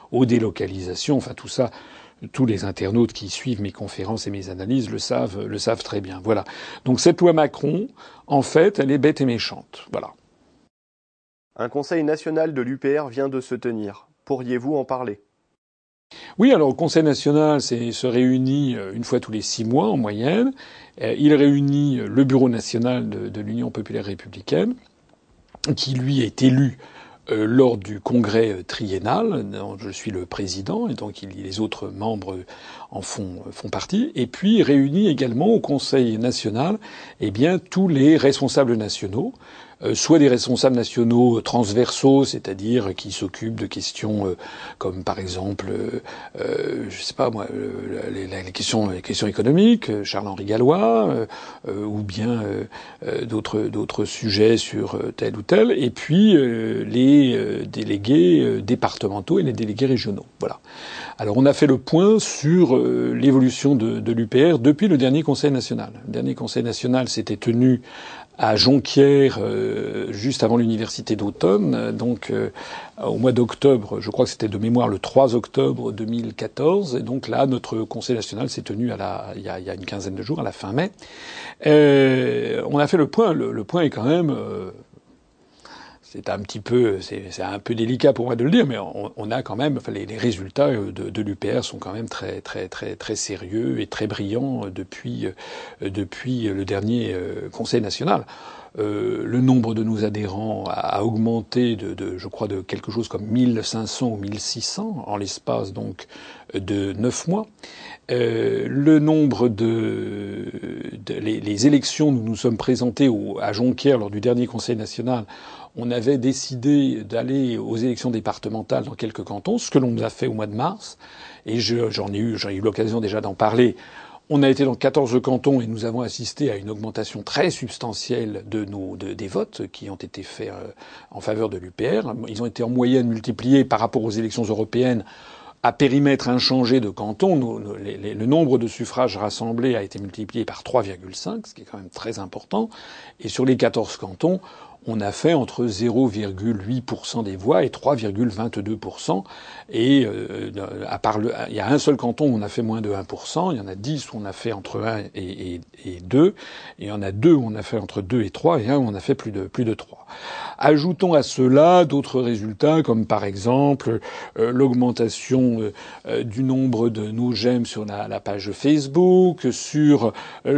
aux délocalisations, enfin tout ça. Tous les internautes qui suivent mes conférences et mes analyses le savent très bien. Voilà. Donc cette loi Macron, en fait, elle est bête et méchante. Voilà.
Un conseil national de l'UPR vient de se tenir. Pourriez-vous en parler?
Oui, alors le Conseil national se réunit une fois tous les 6 mois en moyenne. Il réunit le Bureau national de l'Union populaire républicaine, qui lui est élu lors du congrès triennal, dont je suis le président, et donc les autres membres en font partie, et puis réunit également au Conseil national tous les responsables nationaux, soit des responsables nationaux transversaux, c'est-à-dire qui s'occupent de questions comme par exemple, je sais pas moi, les questions économiques, Charles-Henri Gallois, ou bien d'autres sujets sur tel ou tel, et puis les délégués départementaux et les délégués régionaux. Voilà. Alors on a fait le point sur l'évolution de l'UPR depuis le dernier Conseil national. Le dernier Conseil national s'était tenu à Jonquière, juste avant l'université d'automne, donc au mois d'octobre, je crois que c'était de mémoire le 3 octobre 2014, et donc là, notre Conseil national s'est tenu il y a une quinzaine de jours, à la fin mai. On a fait le point. Le point est quand même... c'est un peu délicat pour moi de le dire, mais on a quand même, enfin, les résultats de l'UPR sont quand même très, très, très, très sérieux et très brillants depuis le dernier Conseil national. Le nombre de nos adhérents a augmenté je crois, de quelque chose comme 1500 ou 1600 en l'espace, donc, de 9 mois. Le nombre les élections, nous nous sommes présentés à Jonquière lors du dernier Conseil national. On avait décidé d'aller aux élections départementales dans quelques cantons, ce que l'on a fait au mois de mars. Et j'en ai eu l'occasion déjà d'en parler. On a été dans 14 cantons et nous avons assisté à une augmentation très substantielle des votes qui ont été faits en faveur de l'UPR. Ils ont été en moyenne multipliés par rapport aux élections européennes à périmètre inchangé de cantons. Le nombre de suffrages rassemblés a été multiplié par 3,5, ce qui est quand même très important. Et sur les 14 cantons, on a fait entre 0,8% des voix et 3,22%. Et il y a un seul canton où on a fait moins de 1%. Il y en a 10 où on a fait entre 1 et 2. Et il y en a 2 où on a fait entre 2 et 3. Et un où on a fait plus de 3. Ajoutons à cela d'autres résultats, comme par exemple l'augmentation du nombre de nos j'aime sur la page Facebook, sur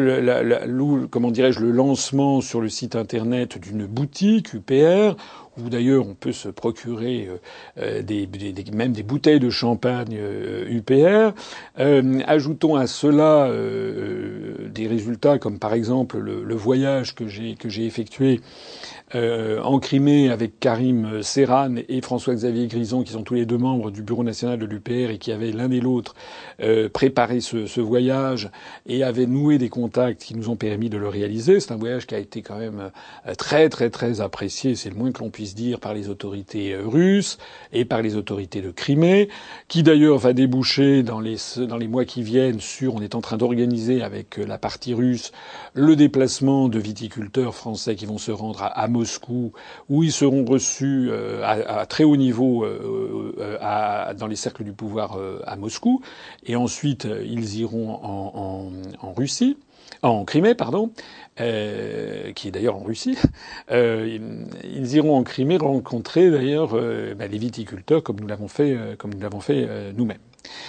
le lancement sur le site internet d'une boutique UPR, où d'ailleurs on peut se procurer même des bouteilles de champagne UPR. Ajoutons à cela des résultats comme par exemple le voyage que j'ai effectué en Crimée avec Karim Serran et François-Xavier Grison, qui sont tous les deux membres du Bureau national de l'UPR et qui avaient l'un et l'autre préparé ce voyage et avaient noué des contacts qui nous ont permis de le réaliser. C'est un voyage qui a été quand même très très très apprécié, c'est le moins que l'on puisse dire, par les autorités russes et par les autorités de Crimée, qui d'ailleurs va déboucher dans les mois qui viennent on est en train d'organiser avec la partie russe le déplacement de viticulteurs français qui vont se rendre à Moscou, où ils seront reçus à très haut niveau dans les cercles du pouvoir à Moscou, et ensuite ils iront en Russie. En Crimée, pardon, qui est d'ailleurs en Russie. Ils iront en Crimée rencontrer d'ailleurs les viticulteurs comme nous l'avons fait nous-mêmes.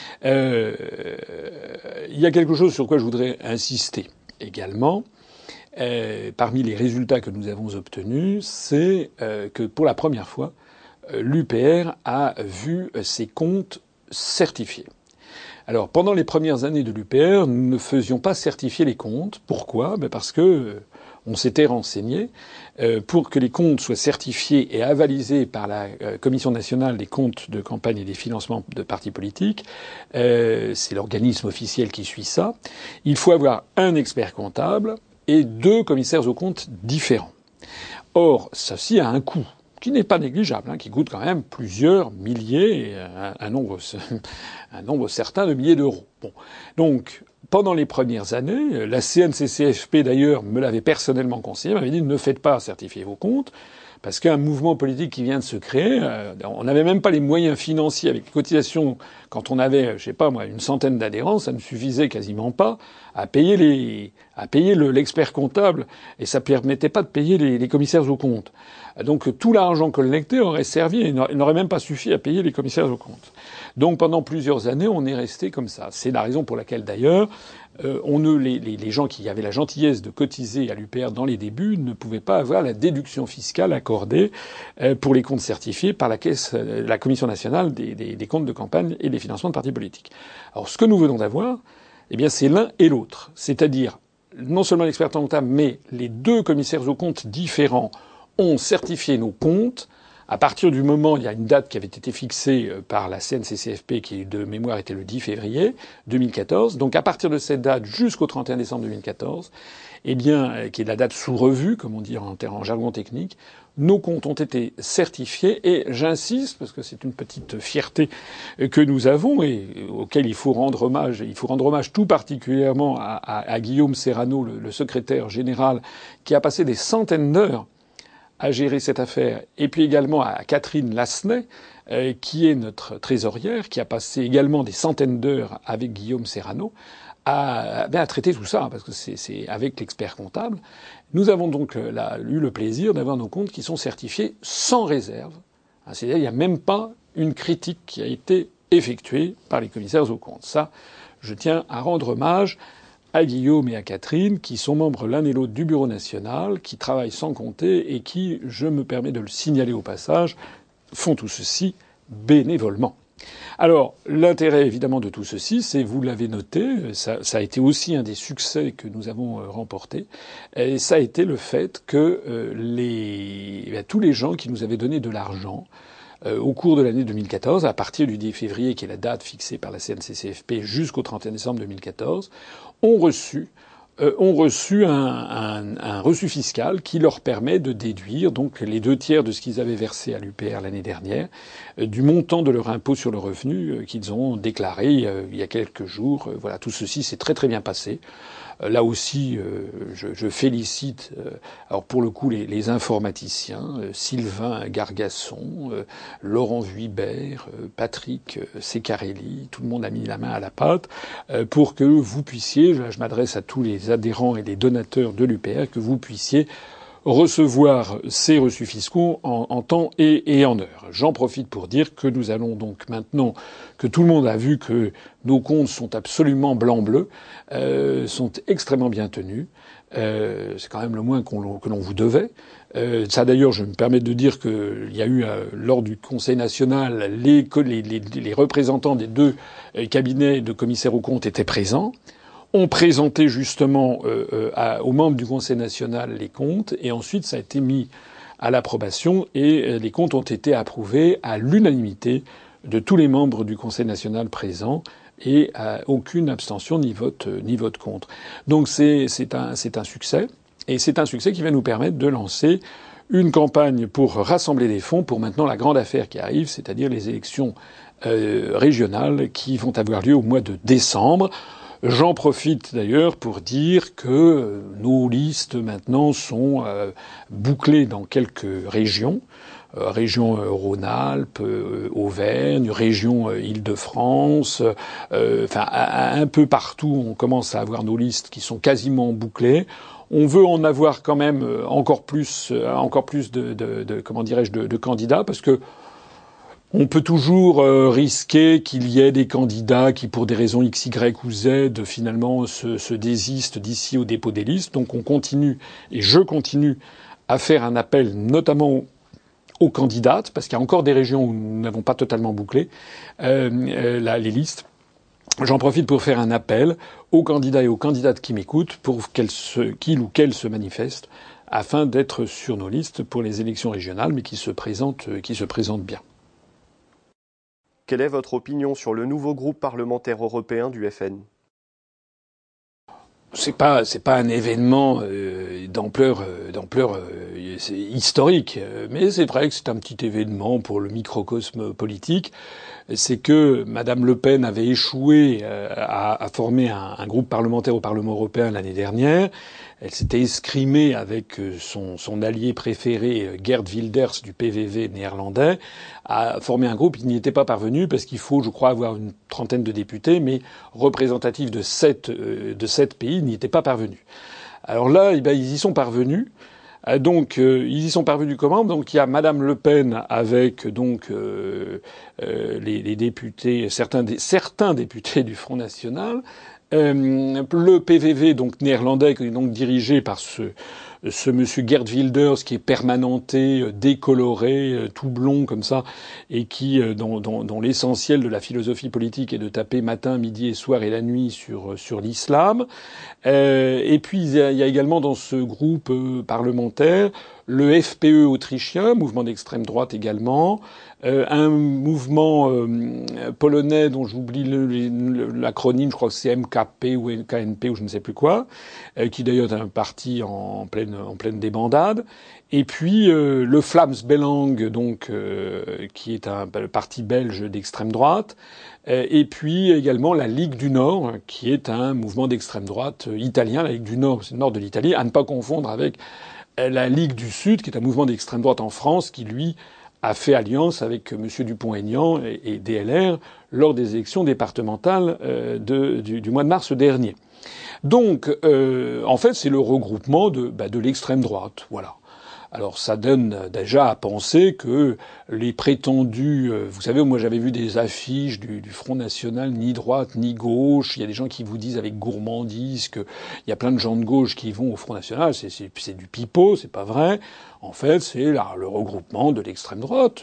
Il y a quelque chose sur quoi je voudrais insister également. Parmi les résultats que nous avons obtenus, c'est que pour la première fois, l'UPR a vu ses comptes certifiés. Alors, pendant les premières années de l'UPR, nous ne faisions pas certifier les comptes. Pourquoi ? Parce que on s'était renseigné. Pour que les comptes soient certifiés et avalisés par la Commission nationale des comptes de campagne et des financements de partis politiques, c'est l'organisme officiel qui suit ça, il faut avoir un expert comptable et 2 commissaires aux comptes différents. Or, ceci a un coût qui n'est pas négligeable, qui coûte quand même plusieurs milliers, un nombre certain de milliers d'euros. Bon. Donc, pendant les premières années, la CNCCFP d'ailleurs me l'avait personnellement conseillé, m'avait dit ne faites pas certifier vos comptes, Parce qu'un mouvement politique qui vient de se créer, on n'avait même pas les moyens financiers avec les cotisations. Quand on avait, je sais pas moi, une centaine d'adhérents, ça ne suffisait quasiment pas à payer l'expert comptable, et ça permettait pas de payer les commissaires aux comptes. Donc tout l'argent collecté aurait servi et n'aurait même pas suffi à payer les commissaires aux comptes. Donc pendant plusieurs années, on est resté comme ça. C'est la raison pour laquelle d'ailleurs, les gens qui avaient la gentillesse de cotiser à l'UPR dans les débuts ne pouvaient pas avoir la déduction fiscale accordée pour les comptes certifiés par la Commission nationale des comptes de campagne et des financements de partis politiques. Alors ce que nous venons d'avoir, eh bien c'est l'un et l'autre. C'est-à-dire non seulement l'expert comptable, mais les deux commissaires aux comptes différents ont certifié nos comptes. À partir du moment, il y a une date qui avait été fixée par la CNCCFP, qui de mémoire était le 10 février 2014. Donc à partir de cette date jusqu'au 31 décembre 2014, eh bien, qui est la date sous revue, comme on dit en jargon technique, nos comptes ont été certifiés. Et j'insiste, parce que c'est une petite fierté que nous avons et auquel il faut rendre hommage. Il faut rendre hommage tout particulièrement à Guillaume Serrano, le secrétaire général, qui a passé des centaines d'heures à gérer cette affaire, et puis également à Catherine Lassenay, qui est notre trésorière, qui a passé également des centaines d'heures avec Guillaume Serrano à traiter tout ça, parce que c'est avec l'expert comptable. Nous avons donc eu le plaisir d'avoir nos comptes qui sont certifiés sans réserve. C'est-à-dire il n'y a même pas une critique qui a été effectuée par les commissaires aux comptes. Ça, je tiens à rendre hommage à Guillaume et à Catherine, qui sont membres l'un et l'autre du Bureau national, qui travaillent sans compter et qui, je me permets de le signaler au passage, font tout ceci bénévolement. Alors, l'intérêt évidemment de tout ceci, c'est, vous l'avez noté, ça a été aussi un des succès que nous avons remportés, et ça a été le fait que tous les gens qui nous avaient donné de l'argent au cours de l'année 2014, à partir du 10 février, qui est la date fixée par la CNCCFP, jusqu'au 31 décembre 2014, ont reçu un reçu fiscal qui leur permet de déduire donc les 2/3 de ce qu'ils avaient versé à l'UPR l'année dernière du montant de leur impôt sur le revenu qu'ils ont déclaré il y a quelques jours. Voilà, tout ceci s'est très très bien passé. Là aussi, je félicite, alors pour le coup, les informaticiens, Sylvain Gargasson, Laurent Vuibert, Patrick Secarelli, tout le monde a mis la main à la pâte pour que vous puissiez, je m'adresse à tous les adhérents et les donateurs de l'UPR, que vous puissiez recevoir ces reçus fiscaux en temps et en heure. J'en profite pour dire que nous allons donc maintenant que tout le monde a vu que nos comptes sont absolument blanc-bleu, sont extrêmement bien tenus. C'est quand même le moins que l'on vous devait. Ça d'ailleurs, je me permets de dire qu'il y a eu lors du Conseil national les représentants des deux cabinets de commissaires aux comptes étaient présents. On présentait justement aux membres du Conseil national les comptes, et ensuite ça a été mis à l'approbation, et les comptes ont été approuvés à l'unanimité de tous les membres du Conseil national présents, et aucune abstention ni vote contre. Donc c'est un succès, et c'est un succès qui va nous permettre de lancer une campagne pour rassembler des fonds pour maintenant la grande affaire qui arrive, c'est-à-dire les élections régionales qui vont avoir lieu au mois de décembre. J'en profite d'ailleurs pour dire que nos listes maintenant sont bouclées dans quelques régions. Région Rhône-Alpes, Auvergne, région Île-de-France, enfin un peu partout on commence à avoir nos listes qui sont quasiment bouclées. On veut en avoir quand même encore plus de candidats, parce que on peut toujours risquer qu'il y ait des candidats qui, pour des raisons X, Y ou Z, finalement se désistent d'ici au dépôt des listes. Donc on continue, et je continue, à faire un appel notamment aux candidates, parce qu'il y a encore des régions où nous n'avons pas totalement bouclé les listes. J'en profite pour faire un appel aux candidats et aux candidates qui m'écoutent pour qu'ils ou qu'elles se manifestent afin d'être sur nos listes pour les élections régionales, mais qui se présentent bien.
Quelle est votre opinion sur le nouveau groupe parlementaire européen du FN ?
C'est pas un événement d'ampleur c'est historique. Mais c'est vrai que c'est un petit événement pour le microcosme politique. C'est que Madame Le Pen avait échoué à former un groupe parlementaire au Parlement européen l'année dernière. Elle s'était escrimée avec son allié préféré, Geert Wilders du PVV néerlandais, à former un groupe. Il n'y était pas parvenu parce qu'il faut, je crois, avoir une trentaine de députés, mais représentatifs de sept pays, il n'y était pas parvenu. Alors là, eh ben, ils y sont parvenus. Donc, ils y sont parvenus comment? Donc, il y a Madame Le Pen avec donc les députés, certains députés du Front National, le PVV donc néerlandais qui est donc dirigé par ce monsieur Geert Wilders qui est permanenté, décoloré, tout blond comme ça, et qui dont l'essentiel de la philosophie politique est de taper matin, midi et soir et la nuit sur l'islam. Et puis il y a également dans ce groupe parlementaire le FPE autrichien, mouvement d'extrême droite également, un mouvement polonais dont j'oublie l'acronyme, je crois que c'est MKP ou KNP ou je ne sais plus quoi, qui d'ailleurs est un parti en pleine débandade. Et puis le Vlaams-Belang, donc qui est le parti belge d'extrême droite. Et puis également la Ligue du Nord, qui est un mouvement d'extrême droite italien. La Ligue du Nord, c'est le nord de l'Italie, à ne pas confondre avec la Ligue du Sud, qui est un mouvement d'extrême droite en France, qui lui a fait alliance avec M. Dupont-Aignan et DLR lors des élections départementales du mois de mars dernier. Donc, en fait, c'est le regroupement de l'extrême droite, voilà. Alors ça donne déjà à penser que les prétendus... vous savez, moi j'avais vu des affiches du Front National, ni droite ni gauche. Il y a des gens qui vous disent avec gourmandise qu'il y a plein de gens de gauche qui vont au Front National. C'est du pipeau, c'est pas vrai. En fait, c'est le regroupement de l'extrême droite,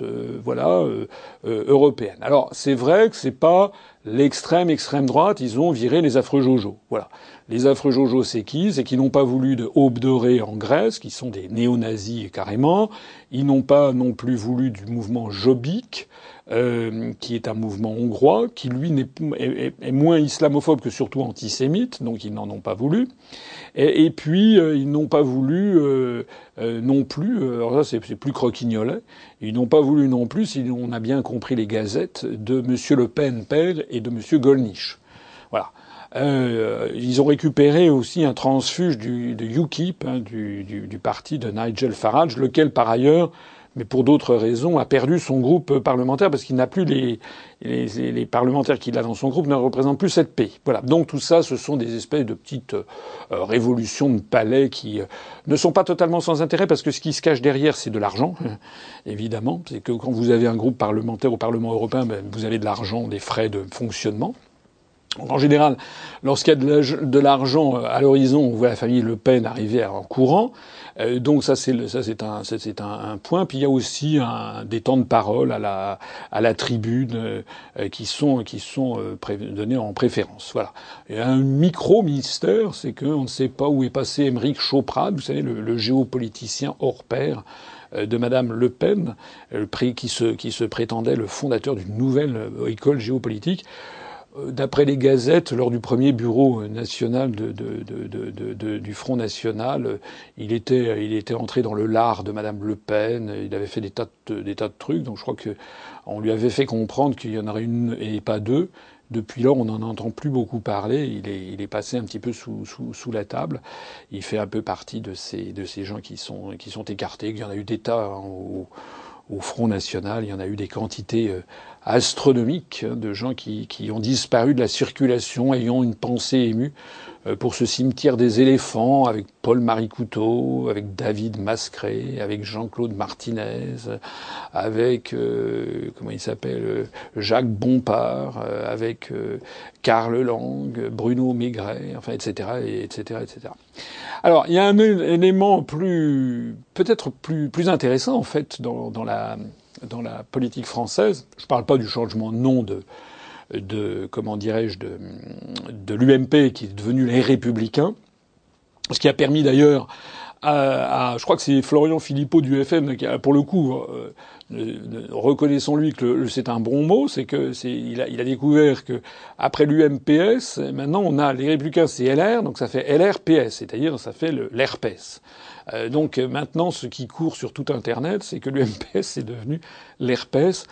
européenne. Alors c'est vrai que c'est pas l'extrême droite. Ils ont viré les affreux Jojo. Voilà. Les affreux Jojo, c'est qui? C'est qu'ils n'ont pas voulu de Aube dorée en Grèce, qui sont des néo-nazis carrément. Ils n'ont pas non plus voulu du mouvement Jobbik, qui est un mouvement hongrois, qui lui est moins islamophobe que surtout antisémite, donc ils n'en ont pas voulu. Et puis ils n'ont pas voulu non plus. Alors ça c'est plus croquignolet. Ils n'ont pas voulu non plus, si on a bien compris les gazettes, de Monsieur Le Pen père et de Monsieur Gollnisch. Voilà. Ils ont récupéré aussi un transfuge de UKIP, hein, du parti de Nigel Farage, lequel par ailleurs, mais pour d'autres raisons, a perdu son groupe parlementaire parce qu'il n'a plus les parlementaires qu'il a dans son groupe ne représentent plus 7 pays. Voilà. Donc tout ça, ce sont des espèces de petites révolutions de palais qui ne sont pas totalement sans intérêt parce que ce qui se cache derrière, c'est de l'argent, évidemment. C'est que quand vous avez un groupe parlementaire au Parlement européen, vous avez de l'argent, des frais de fonctionnement. En général, lorsqu'il y a de l'argent à l'horizon, on voit la famille Le Pen arriver en courant. Donc ça c'est un point. Puis il y a aussi des temps de parole à la tribune qui sont donnés en préférence. Voilà. Il y a un micro-mystère, c'est qu'on ne sait pas où est passé Émeric Chauprade, vous savez le géopoliticien hors pair de Madame Le Pen, qui se prétendait le fondateur d'une nouvelle école géopolitique. D'après les gazettes, lors du premier bureau national du Front National, il était entré dans le lard de Madame Le Pen. Il avait fait des tas de trucs. Donc je crois que on lui avait fait comprendre qu'il y en aurait une et pas deux. Depuis lors, on n'en entend plus beaucoup parler. Il est passé un petit peu sous la table. Il fait un peu partie de ces gens qui sont écartés. Il y en a eu des tas hein, au Front National. Il y en a eu des quantités astronomiques de gens qui ont disparu de la circulation, ayant une pensée émue pour ce cimetière des éléphants, avec Paul-Marie Couteau, avec David Mascret, avec Jean-Claude Martinez, avec comment il s'appelle, Jacques Bompard, avec Karl Lang, Bruno Maigret, enfin etc. Alors il y a un élément peut-être plus intéressant en fait dans la politique française. Je ne parle pas du changement de nom comment dirais-je, de l'UMP qui est devenu les Républicains, ce qui a permis d'ailleurs je crois que c'est Florian Philippot du FN qui a, pour le coup, reconnaissons-lui que c'est un bon mot, il a découvert que après l'UMPS, maintenant on a les Républicains, c'est LR, donc ça fait LRPS, c'est-à-dire ça fait l'herpès. Donc maintenant, ce qui court sur tout Internet, c'est que l'UMPS est devenu l'herpès.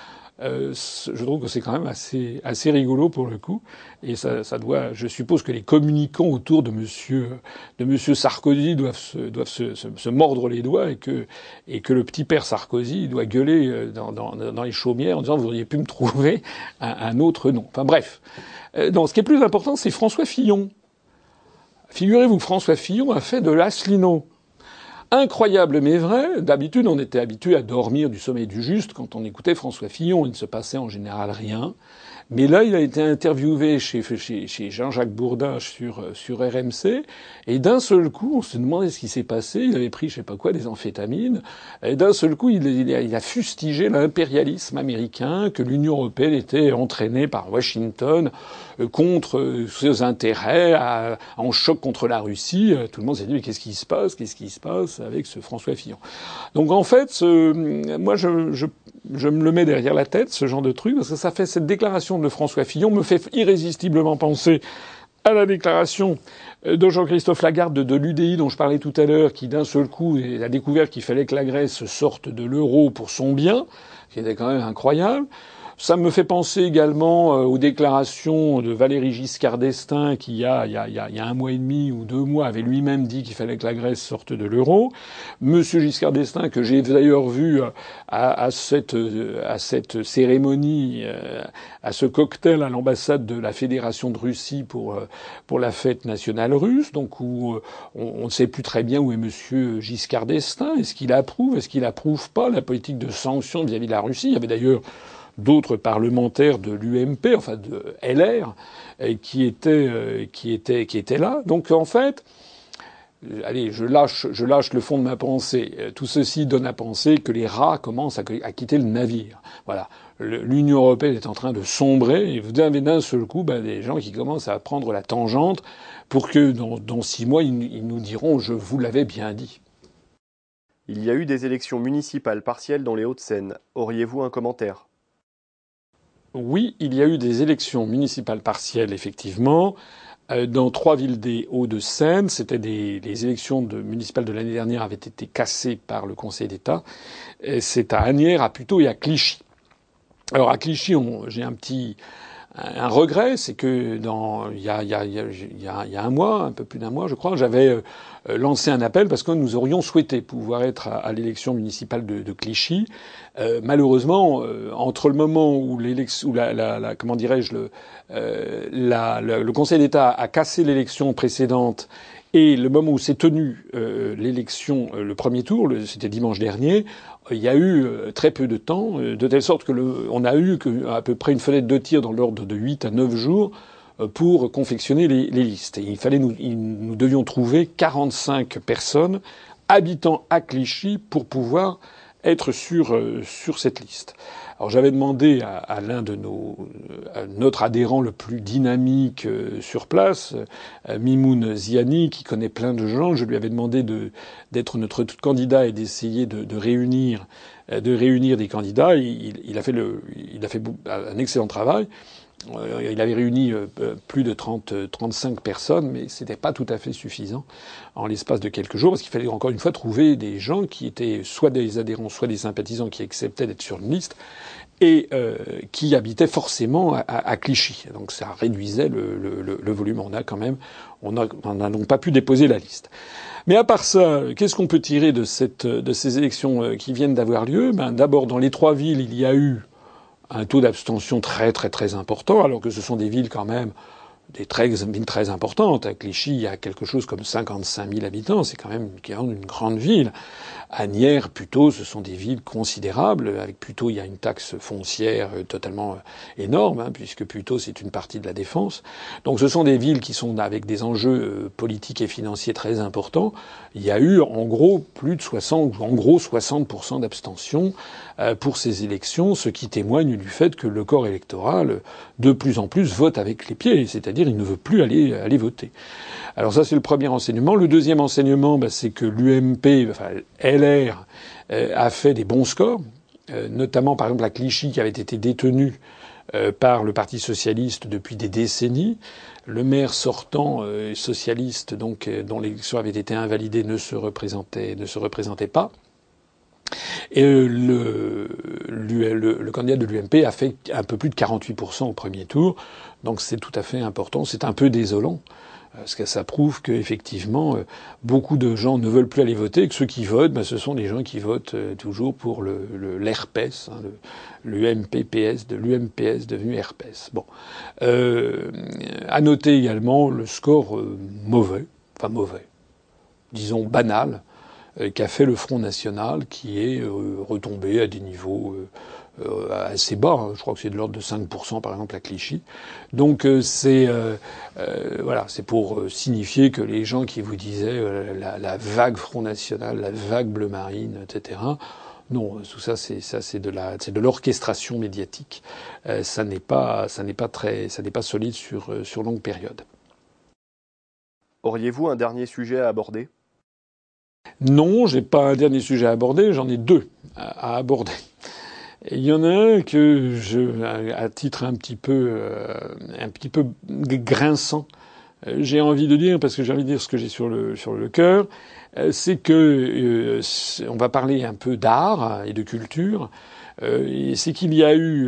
Je trouve que c'est quand même assez rigolo pour le coup, et ça doit. Je suppose que les communicants autour de Monsieur Sarkozy doivent se mordre les doigts, et que le petit père Sarkozy doit gueuler dans les chaumières en disant vous auriez pu me trouver un autre nom. Enfin bref. Non, ce qui est plus important, c'est François Fillon. Figurez-vous que François Fillon a fait de l'Asselineau. Incroyable mais vrai. D'habitude, on était habitué à dormir du sommeil du juste quand on écoutait François Fillon. Il ne se passait en général rien. Mais là, il a été interviewé chez Jean-Jacques Bourdin sur RMC. Et d'un seul coup, on se demandait ce qui s'est passé. Il avait pris, je sais pas quoi, des amphétamines. Et d'un seul coup, il a fustigé l'impérialisme américain, que l'Union européenne était entraînée par Washington contre ses intérêts, en choc contre la Russie. Tout le monde s'est dit, mais qu'est-ce qui se passe avec ce François Fillon? Donc en fait, moi je me le mets derrière la tête, ce genre de truc, parce que ça fait cette déclaration de François Fillon me fait irrésistiblement penser à la déclaration de Jean-Christophe Lagarde de l'UDI dont je parlais tout à l'heure, qui d'un seul coup a découvert qu'il fallait que la Grèce sorte de l'euro pour son bien, qui était quand même incroyable. Ça me fait penser également aux déclarations de Valéry Giscard d'Estaing qui, il y a un mois et demi ou 2 mois, avait lui-même dit qu'il fallait que la Grèce sorte de l'euro. Monsieur Giscard d'Estaing, que j'ai d'ailleurs vu à cette cérémonie, à ce cocktail à l'ambassade de la Fédération de Russie pour la fête nationale russe, donc où on ne sait plus très bien où est Monsieur Giscard d'Estaing. Est-ce qu'il approuve pas la politique de sanctions vis-à-vis de la Russie? Il y avait d'ailleurs d'autres parlementaires de l'UMP, enfin de LR, qui étaient là. Donc en fait, allez, je lâche le fond de ma pensée. Tout ceci donne à penser que les rats commencent à quitter le navire. Voilà. L'Union européenne est en train de sombrer, et vous avez d'un seul coup des gens qui commencent à prendre la tangente pour que dans 6 mois, ils nous diront « je vous l'avais bien dit ».
Il y a eu des élections municipales partielles dans les Hauts-de-Seine. Auriez-vous un commentaire ?
Oui, il y a eu des élections municipales partielles, effectivement, dans 3 villes des Hauts-de-Seine. C'était les élections municipales de l'année dernière avaient été cassées par le Conseil d'État. C'est à Asnières, à Puteaux et à Clichy. Alors à Clichy, j'ai un regret, c'est que il y a un mois, un peu plus d'un mois, je crois, j'avais lancé un appel parce que nous aurions souhaité pouvoir être à l'élection municipale de Clichy. Malheureusement, entre le moment où comment dirais-je, le Conseil d'État a cassé l'élection précédente et le moment où s'est tenue l'élection, le premier tour, c'était dimanche dernier, il y a eu très peu de temps, de telle sorte que on a eu à peu près une fenêtre de tir dans l'ordre de 8 à 9 jours pour confectionner les listes. Et nous devions trouver 45 personnes habitant à Clichy pour pouvoir être sur cette liste. Alors j'avais demandé à l'un de à notre adhérent le plus dynamique sur place, Mimoun Ziani, qui connaît plein de gens, je lui avais demandé d'être notre candidat et d'essayer de réunir des candidats. Il a fait un excellent travail. Il avait réuni plus de 35 personnes, mais c'était pas tout à fait suffisant en l'espace de quelques jours, parce qu'il fallait encore une fois trouver des gens qui étaient soit des adhérents, soit des sympathisants qui acceptaient d'être sur une liste et qui habitaient forcément à Clichy. Donc ça réduisait le volume. On n'a donc pas pu déposer la liste. Mais à part ça, qu'est-ce qu'on peut tirer de ces élections qui viennent d'avoir lieu? D'abord, dans les 3 villes, il y a eu un taux d'abstention très très très important, alors que ce sont des villes quand même villes très importantes. À Clichy, il y a quelque chose comme 55 000 habitants. C'est quand même une grande ville. Asnières, Puteaux, ce sont des villes considérables. Avec Puteaux, il y a une taxe foncière totalement énorme, puisque Puteaux, c'est une partie de la Défense. Donc ce sont des villes qui sont avec des enjeux politiques et financiers très importants. Il y a eu, en gros, plus de 60% d'abstention pour ces élections, ce qui témoigne du fait que le corps électoral, de plus en plus, vote avec les pieds. C'est-à-dire c'est-à-dire il ne veut plus aller voter. Alors ça, c'est le premier enseignement. Le deuxième enseignement, c'est que l'UMP, enfin LR, a fait des bons scores, notamment par exemple à Clichy, qui avait été détenu par le Parti socialiste depuis des décennies. Le maire sortant socialiste, donc dont l'élection avait été invalidée, ne se représentait pas. Et le candidat de l'UMP a fait un peu plus de 48% au premier tour, donc c'est tout à fait important. C'est un peu désolant, parce que ça prouve qu'effectivement, beaucoup de gens ne veulent plus aller voter, et que ceux qui votent, ce sont des gens qui votent toujours pour l'RPS, l'UMPPS, l'UMPS devenu RPS. Bon. À noter également le score mauvais, disons banal, qu'a fait le Front National, qui est retombé à des niveaux assez bas. Je crois que c'est de l'ordre de 5%, par exemple, à Clichy. Donc c'est pour signifier que les gens qui vous disaient la vague Front National, la vague bleu marine, etc. Non, tout ça, c'est de l'orchestration médiatique. Ça n'est pas solide sur longue période.
Auriez-vous un dernier sujet à aborder ?
Non, j'ai pas un dernier sujet à aborder, j'en ai deux à aborder. Et il y en a un que à titre un petit peu grinçant, j'ai envie de dire, parce que j'ai envie de dire ce que j'ai sur le cœur, c'est que on va parler un peu d'art et de culture. C'est qu'il y a eu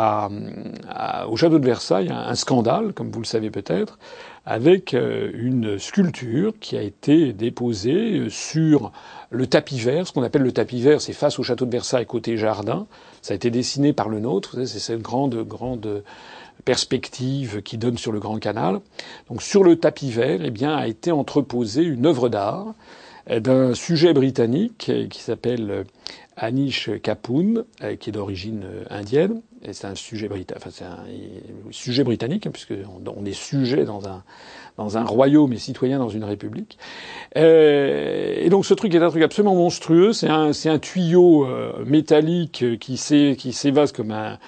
au château de Versailles un scandale, comme vous le savez peut-être, avec une sculpture qui a été déposée sur le tapis vert. Ce qu'on appelle le tapis vert, c'est face au château de Versailles, côté jardin. Ça a été dessiné par le nôtre. C'est cette grande perspective qui donne sur le Grand Canal. Donc sur le tapis vert, a été entreposée une œuvre d'art d'un sujet britannique qui s'appelle Anish Kapoor, qui est d'origine indienne. Et c'est un sujet britannique, puisque on est sujet dans un royaume et citoyen dans une république. Et donc ce truc est un truc absolument monstrueux. C'est un tuyau métallique qui s'évase comme un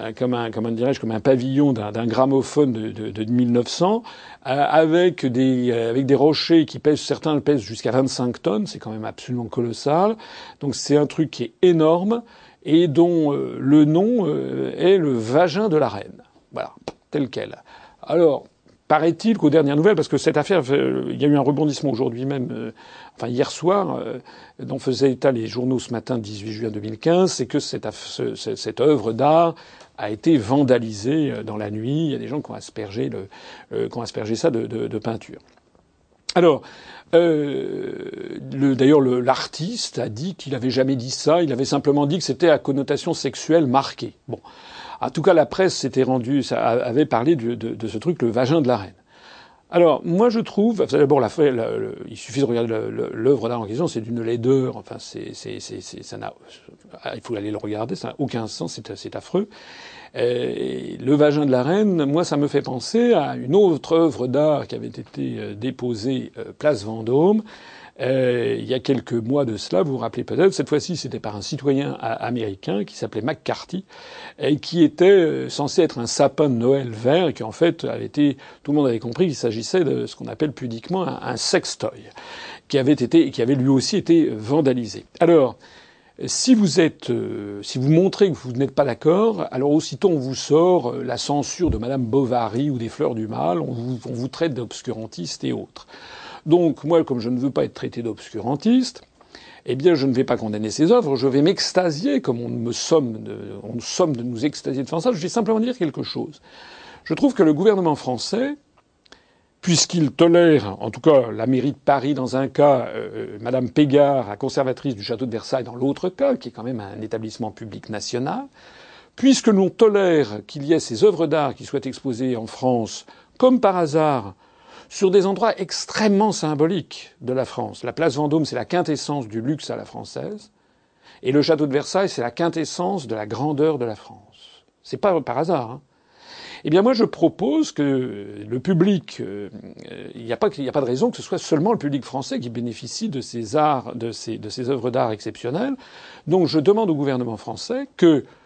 pavillon d'un gramophone de 1900, avec des rochers qui certains pèsent jusqu'à 25 tonnes. C'est quand même absolument colossal. Donc c'est un truc qui est énorme et dont le nom est le vagin de la reine. Voilà, tel quel. Alors, paraît-il qu'aux dernières nouvelles, parce que cette affaire, il y a eu un rebondissement aujourd'hui même, hier soir, dont faisaient état les journaux ce matin, 18 juin 2015, c'est que cette œuvre d'art a été vandalisée dans la nuit. Il y a des gens qui ont aspergé ça de peinture. Alors, d'ailleurs, l'artiste a dit qu'il avait jamais dit ça. Il avait simplement dit que c'était à connotation sexuelle marquée. Bon. En tout cas, la presse avait parlé de ce truc, le vagin de la reine. Alors, moi, je trouve, d'abord, il suffit de regarder l'œuvre d'art en question, c'est d'une laideur, il faut aller le regarder, ça n'a aucun sens, c'est affreux. Le vagin de la reine, moi, ça me fait penser à une autre œuvre d'art qui avait été déposée place Vendôme, il y a quelques mois de cela, vous vous rappelez peut-être. Cette fois-ci, c'était par un citoyen américain qui s'appelait McCarthy et qui était censé être un sapin de Noël vert et qui en fait tout le monde avait compris qu'il s'agissait de ce qu'on appelle pudiquement un sextoy qui avait lui aussi été vandalisé. Alors, si vous montrez que vous n'êtes pas d'accord, alors aussitôt on vous sort la censure de Madame Bovary ou des Fleurs du Mal, on vous traite d'obscurantiste et autres. Donc, moi, comme je ne veux pas être traité d'obscurantiste, je ne vais pas condamner ces œuvres, je vais m'extasier, comme on somme de nous extasier de faire ça. Je vais simplement dire quelque chose. Je trouve que le gouvernement français, puisqu'il tolère, en tout cas, la mairie de Paris dans un cas, Madame Pégard, la conservatrice du château de Versailles dans l'autre cas, qui est quand même un établissement public national, puisque l'on tolère qu'il y ait ces œuvres d'art qui soient exposées en France, comme par hasard, sur des endroits extrêmement symboliques de la France. La place Vendôme, c'est la quintessence du luxe à la française. Et le château de Versailles, c'est la quintessence de la grandeur de la France. C'est pas par hasard, hein. Moi, je propose que le public, il n'y a pas de raison que ce soit seulement le public français qui bénéficie de ces arts, de ces œuvres d'art exceptionnelles. Donc, je demande au gouvernement français que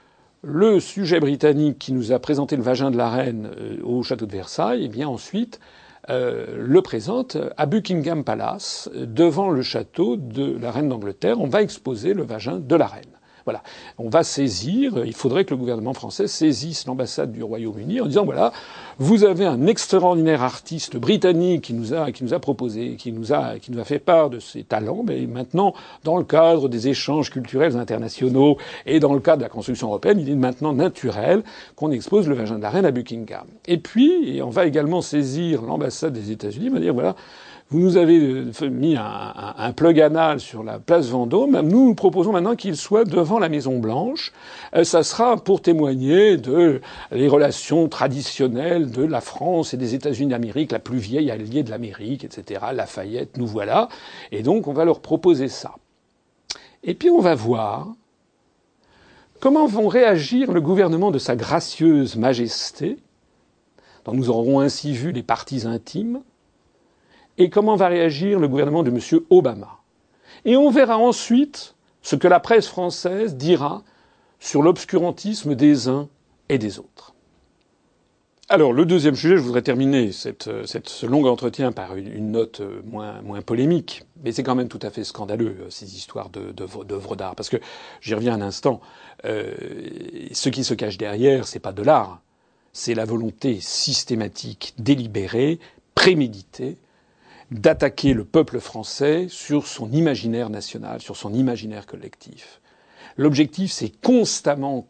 le sujet britannique qui nous a présenté le vagin de la reine au château de Versailles, eh bien ensuite le présente à Buckingham Palace, devant le château de la reine d'Angleterre. On va exposer le vagin de la reine. Voilà. On va saisir, il faudrait que le gouvernement français saisisse l'ambassade du Royaume-Uni en disant voilà, vous avez un extraordinaire artiste britannique qui nous a proposé, qui nous a fait part de ses talents, mais maintenant, dans le cadre des échanges culturels internationaux et dans le cadre de la construction européenne, il est maintenant naturel qu'on expose le vagin de la reine à Buckingham. Et puis, on va également saisir l'ambassade des États-Unis, on va dire voilà, vous nous avez mis un plug anal sur la place Vendôme. Nous proposons maintenant qu'il soit devant la Maison Blanche. Ça sera pour témoigner de les relations traditionnelles de la France et des États-Unis d'Amérique, la plus vieille alliée de l'Amérique, etc. Lafayette, nous voilà. Et donc, on va leur proposer ça. Et puis, on va voir comment vont réagir le gouvernement de Sa Gracieuse Majesté, dont nous aurons ainsi vu les parties intimes, et comment va réagir le gouvernement de M. Obama. Et on verra ensuite ce que la presse française dira sur l'obscurantisme des uns et des autres. Alors, le deuxième sujet, je voudrais terminer ce long entretien par une note moins polémique, mais c'est quand même tout à fait scandaleux, ces histoires d'œuvres d'art, parce que, j'y reviens un instant, ce qui se cache derrière, c'est pas de l'art, c'est la volonté systématique, délibérée, préméditée, d'attaquer le peuple français sur son imaginaire national, sur son imaginaire collectif. L'objectif, c'est constamment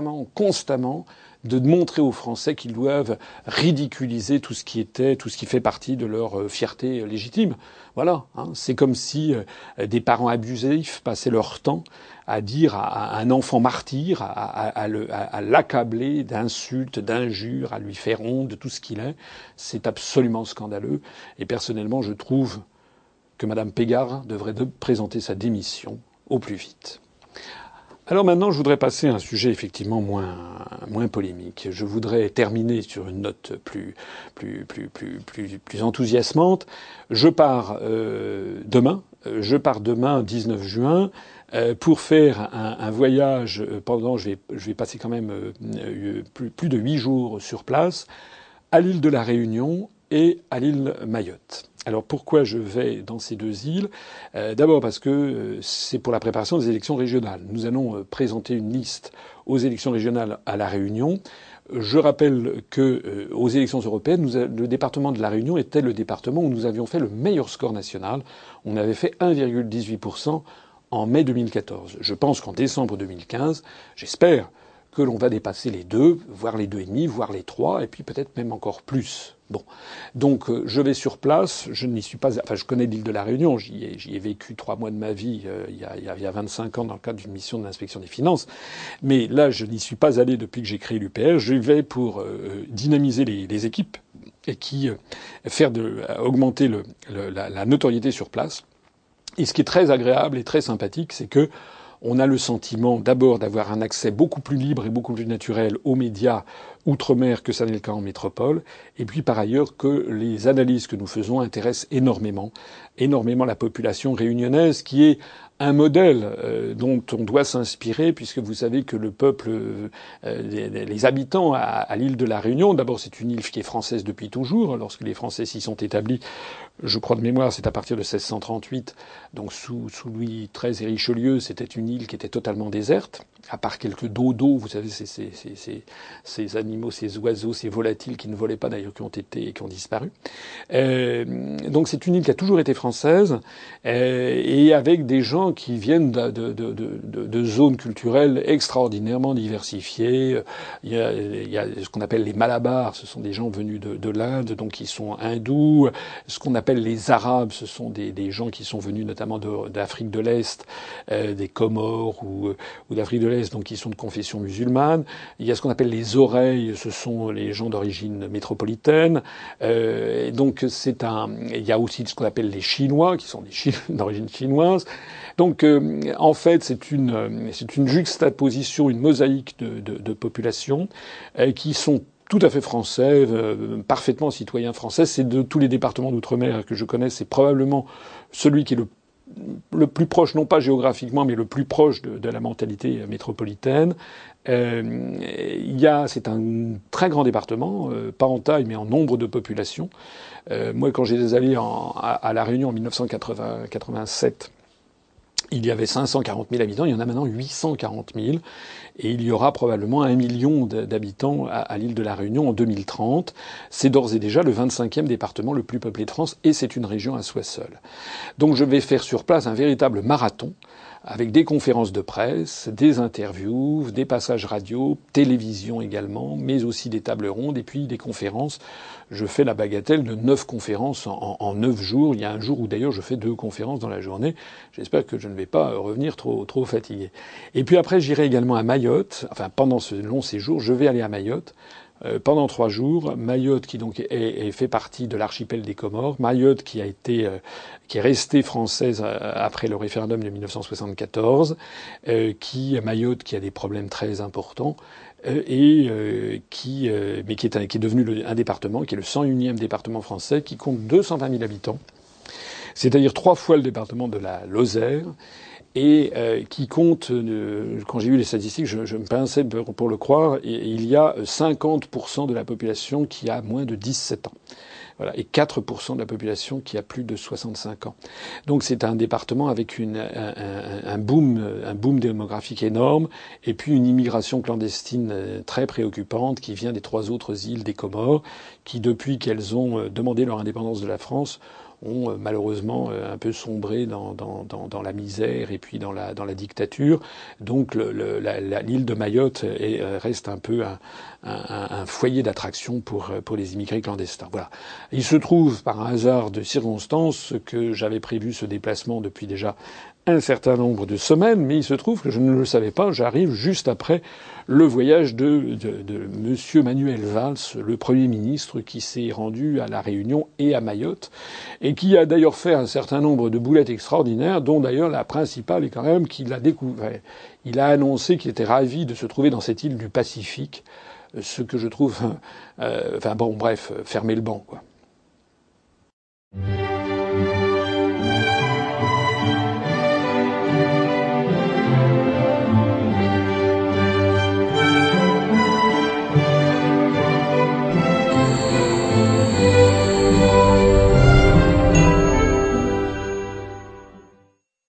de montrer aux Français qu'ils doivent ridiculiser tout ce qui fait partie de leur fierté légitime. Voilà. C'est comme si des parents abusifs passaient leur temps à dire à un enfant martyr, à l'accabler d'insultes, d'injures, à lui faire honte de tout ce qu'il est. C'est absolument scandaleux. Et personnellement, je trouve que Mme Pégard devrait présenter sa démission au plus vite. Alors maintenant, je voudrais passer à un sujet effectivement moins polémique. Je voudrais terminer sur une note plus enthousiasmante. Je pars demain, 19 juin, pour faire un voyage pendant, je vais passer quand même plus de 8 jours sur place, à l'île de la Réunion et à l'île Mayotte. Alors pourquoi je vais dans ces deux îles ? D'abord parce que c'est pour la préparation des élections régionales. Nous allons présenter une liste aux élections régionales à La Réunion. Je rappelle que aux élections européennes, le département de La Réunion était le département où nous avions fait le meilleur score national. On avait fait 1,18% en mai 2014. Je pense qu'en décembre 2015, j'espère que l'on va dépasser les 2, voire les 2,5, voire les 3, et puis peut-être même encore plus. Bon. Donc, je vais sur place. Je n'y suis pas, enfin, je connais l'île de la Réunion. J'y ai vécu 3 mois de ma vie, il y a 25 ans dans le cadre d'une mission de l'inspection des finances. Mais là, je n'y suis pas allé depuis que j'ai créé l'UPR. Je vais pour dynamiser les équipes et augmenter la notoriété sur place. Et ce qui est très agréable et très sympathique, c'est que on a le sentiment d'abord d'avoir un accès beaucoup plus libre et beaucoup plus naturel aux médias outre-mer que ça n'est le cas en métropole, et puis par ailleurs que les analyses que nous faisons intéressent énormément la population réunionnaise, qui est un modèle dont on doit s'inspirer, puisque vous savez que le peuple, les habitants à l'île de la Réunion, d'abord c'est une île qui est française depuis toujours, lorsque les Français s'y sont établis, je crois de mémoire, c'est à partir de 1638, donc sous Louis XIII et Richelieu, c'était une île qui était totalement déserte, à part quelques dodos, vous savez, ces animaux, ces oiseaux, ces volatiles qui ne volaient pas d'ailleurs, qui ont disparu. Donc c'est une île qui a toujours été française, et avec des gens qui viennent de zones culturelles extraordinairement diversifiées. Il y a ce qu'on appelle les Malabars, ce sont des gens venus de l'Inde, donc qui sont hindous. Ce qu'on appelle les Arabes, ce sont des gens qui sont venus notamment d'Afrique de l'Est, des Comores ou d'Afrique de l'Est, donc qui sont de confession musulmane. Il y a ce qu'on appelle les Oreilles, ce sont les gens d'origine métropolitaine. Donc il y a aussi ce qu'on appelle les Chinois, qui sont d'origine chinoise. Donc en fait, c'est une juxtaposition, une mosaïque de populations qui sont tout à fait français, parfaitement citoyens français. C'est de tous les départements d'outre-mer que je connais, c'est probablement celui qui est le le plus proche, non pas géographiquement, mais le plus proche de la mentalité métropolitaine. C'est un très grand département, pas en taille, mais en nombre de population. Moi, quand j'étais allé à La Réunion en 1987, il y avait 540 000 habitants, il y en a maintenant 840 000. Et il y aura probablement 1 million d'habitants à l'île de la Réunion en 2030. C'est d'ores et déjà le 25e département le plus peuplé de France et c'est une région à soi seule. Donc je vais faire sur place un véritable marathon avec des conférences de presse, des interviews, des passages radio, télévision également, mais aussi des tables rondes et puis des conférences. Je fais la bagatelle de 9 conférences en 9 jours. Il y a un jour où d'ailleurs je fais 2 conférences dans la journée. J'espère que je ne vais pas revenir trop fatigué. Et puis après, j'irai également à Mayotte. Enfin, pendant ce long séjour, je vais aller à Mayotte. Pendant 3 jours, Mayotte qui donc fait partie de l'archipel des Comores, Mayotte qui est restée française après le référendum de 1974, Mayotte qui a des problèmes très importants mais qui est devenu un département qui est le 101e département français qui compte 220 000 habitants, c'est-à-dire 3 fois le département de la Lozère. Et qui compte, quand j'ai vu les statistiques, je me pinçais pour le croire, il y a 50% de la population qui a moins de 17 ans. Voilà, et 4% de la population qui a plus de 65 ans. Donc c'est un département avec un boom démographique énorme, et puis une immigration clandestine très préoccupante qui vient des 3 autres îles des Comores, qui depuis qu'elles ont demandé leur indépendance de la France, ont malheureusement un peu sombré dans la misère et puis dans la dictature. Donc l'île de Mayotte reste un peu un foyer d'attraction pour les immigrés clandestins. Voilà. Il se trouve par un hasard de circonstances que j'avais prévu ce déplacement depuis déjà un certain nombre de semaines, mais il se trouve que je ne le savais pas. J'arrive juste après le voyage de Monsieur Manuel Valls, le Premier ministre, qui s'est rendu à La Réunion et à Mayotte, et qui a d'ailleurs fait un certain nombre de boulettes extraordinaires, dont d'ailleurs la principale est quand même qu'il a découvert. Il a annoncé qu'il était ravi de se trouver dans cette île du Pacifique, ce que je trouve, fermez le banc, quoi.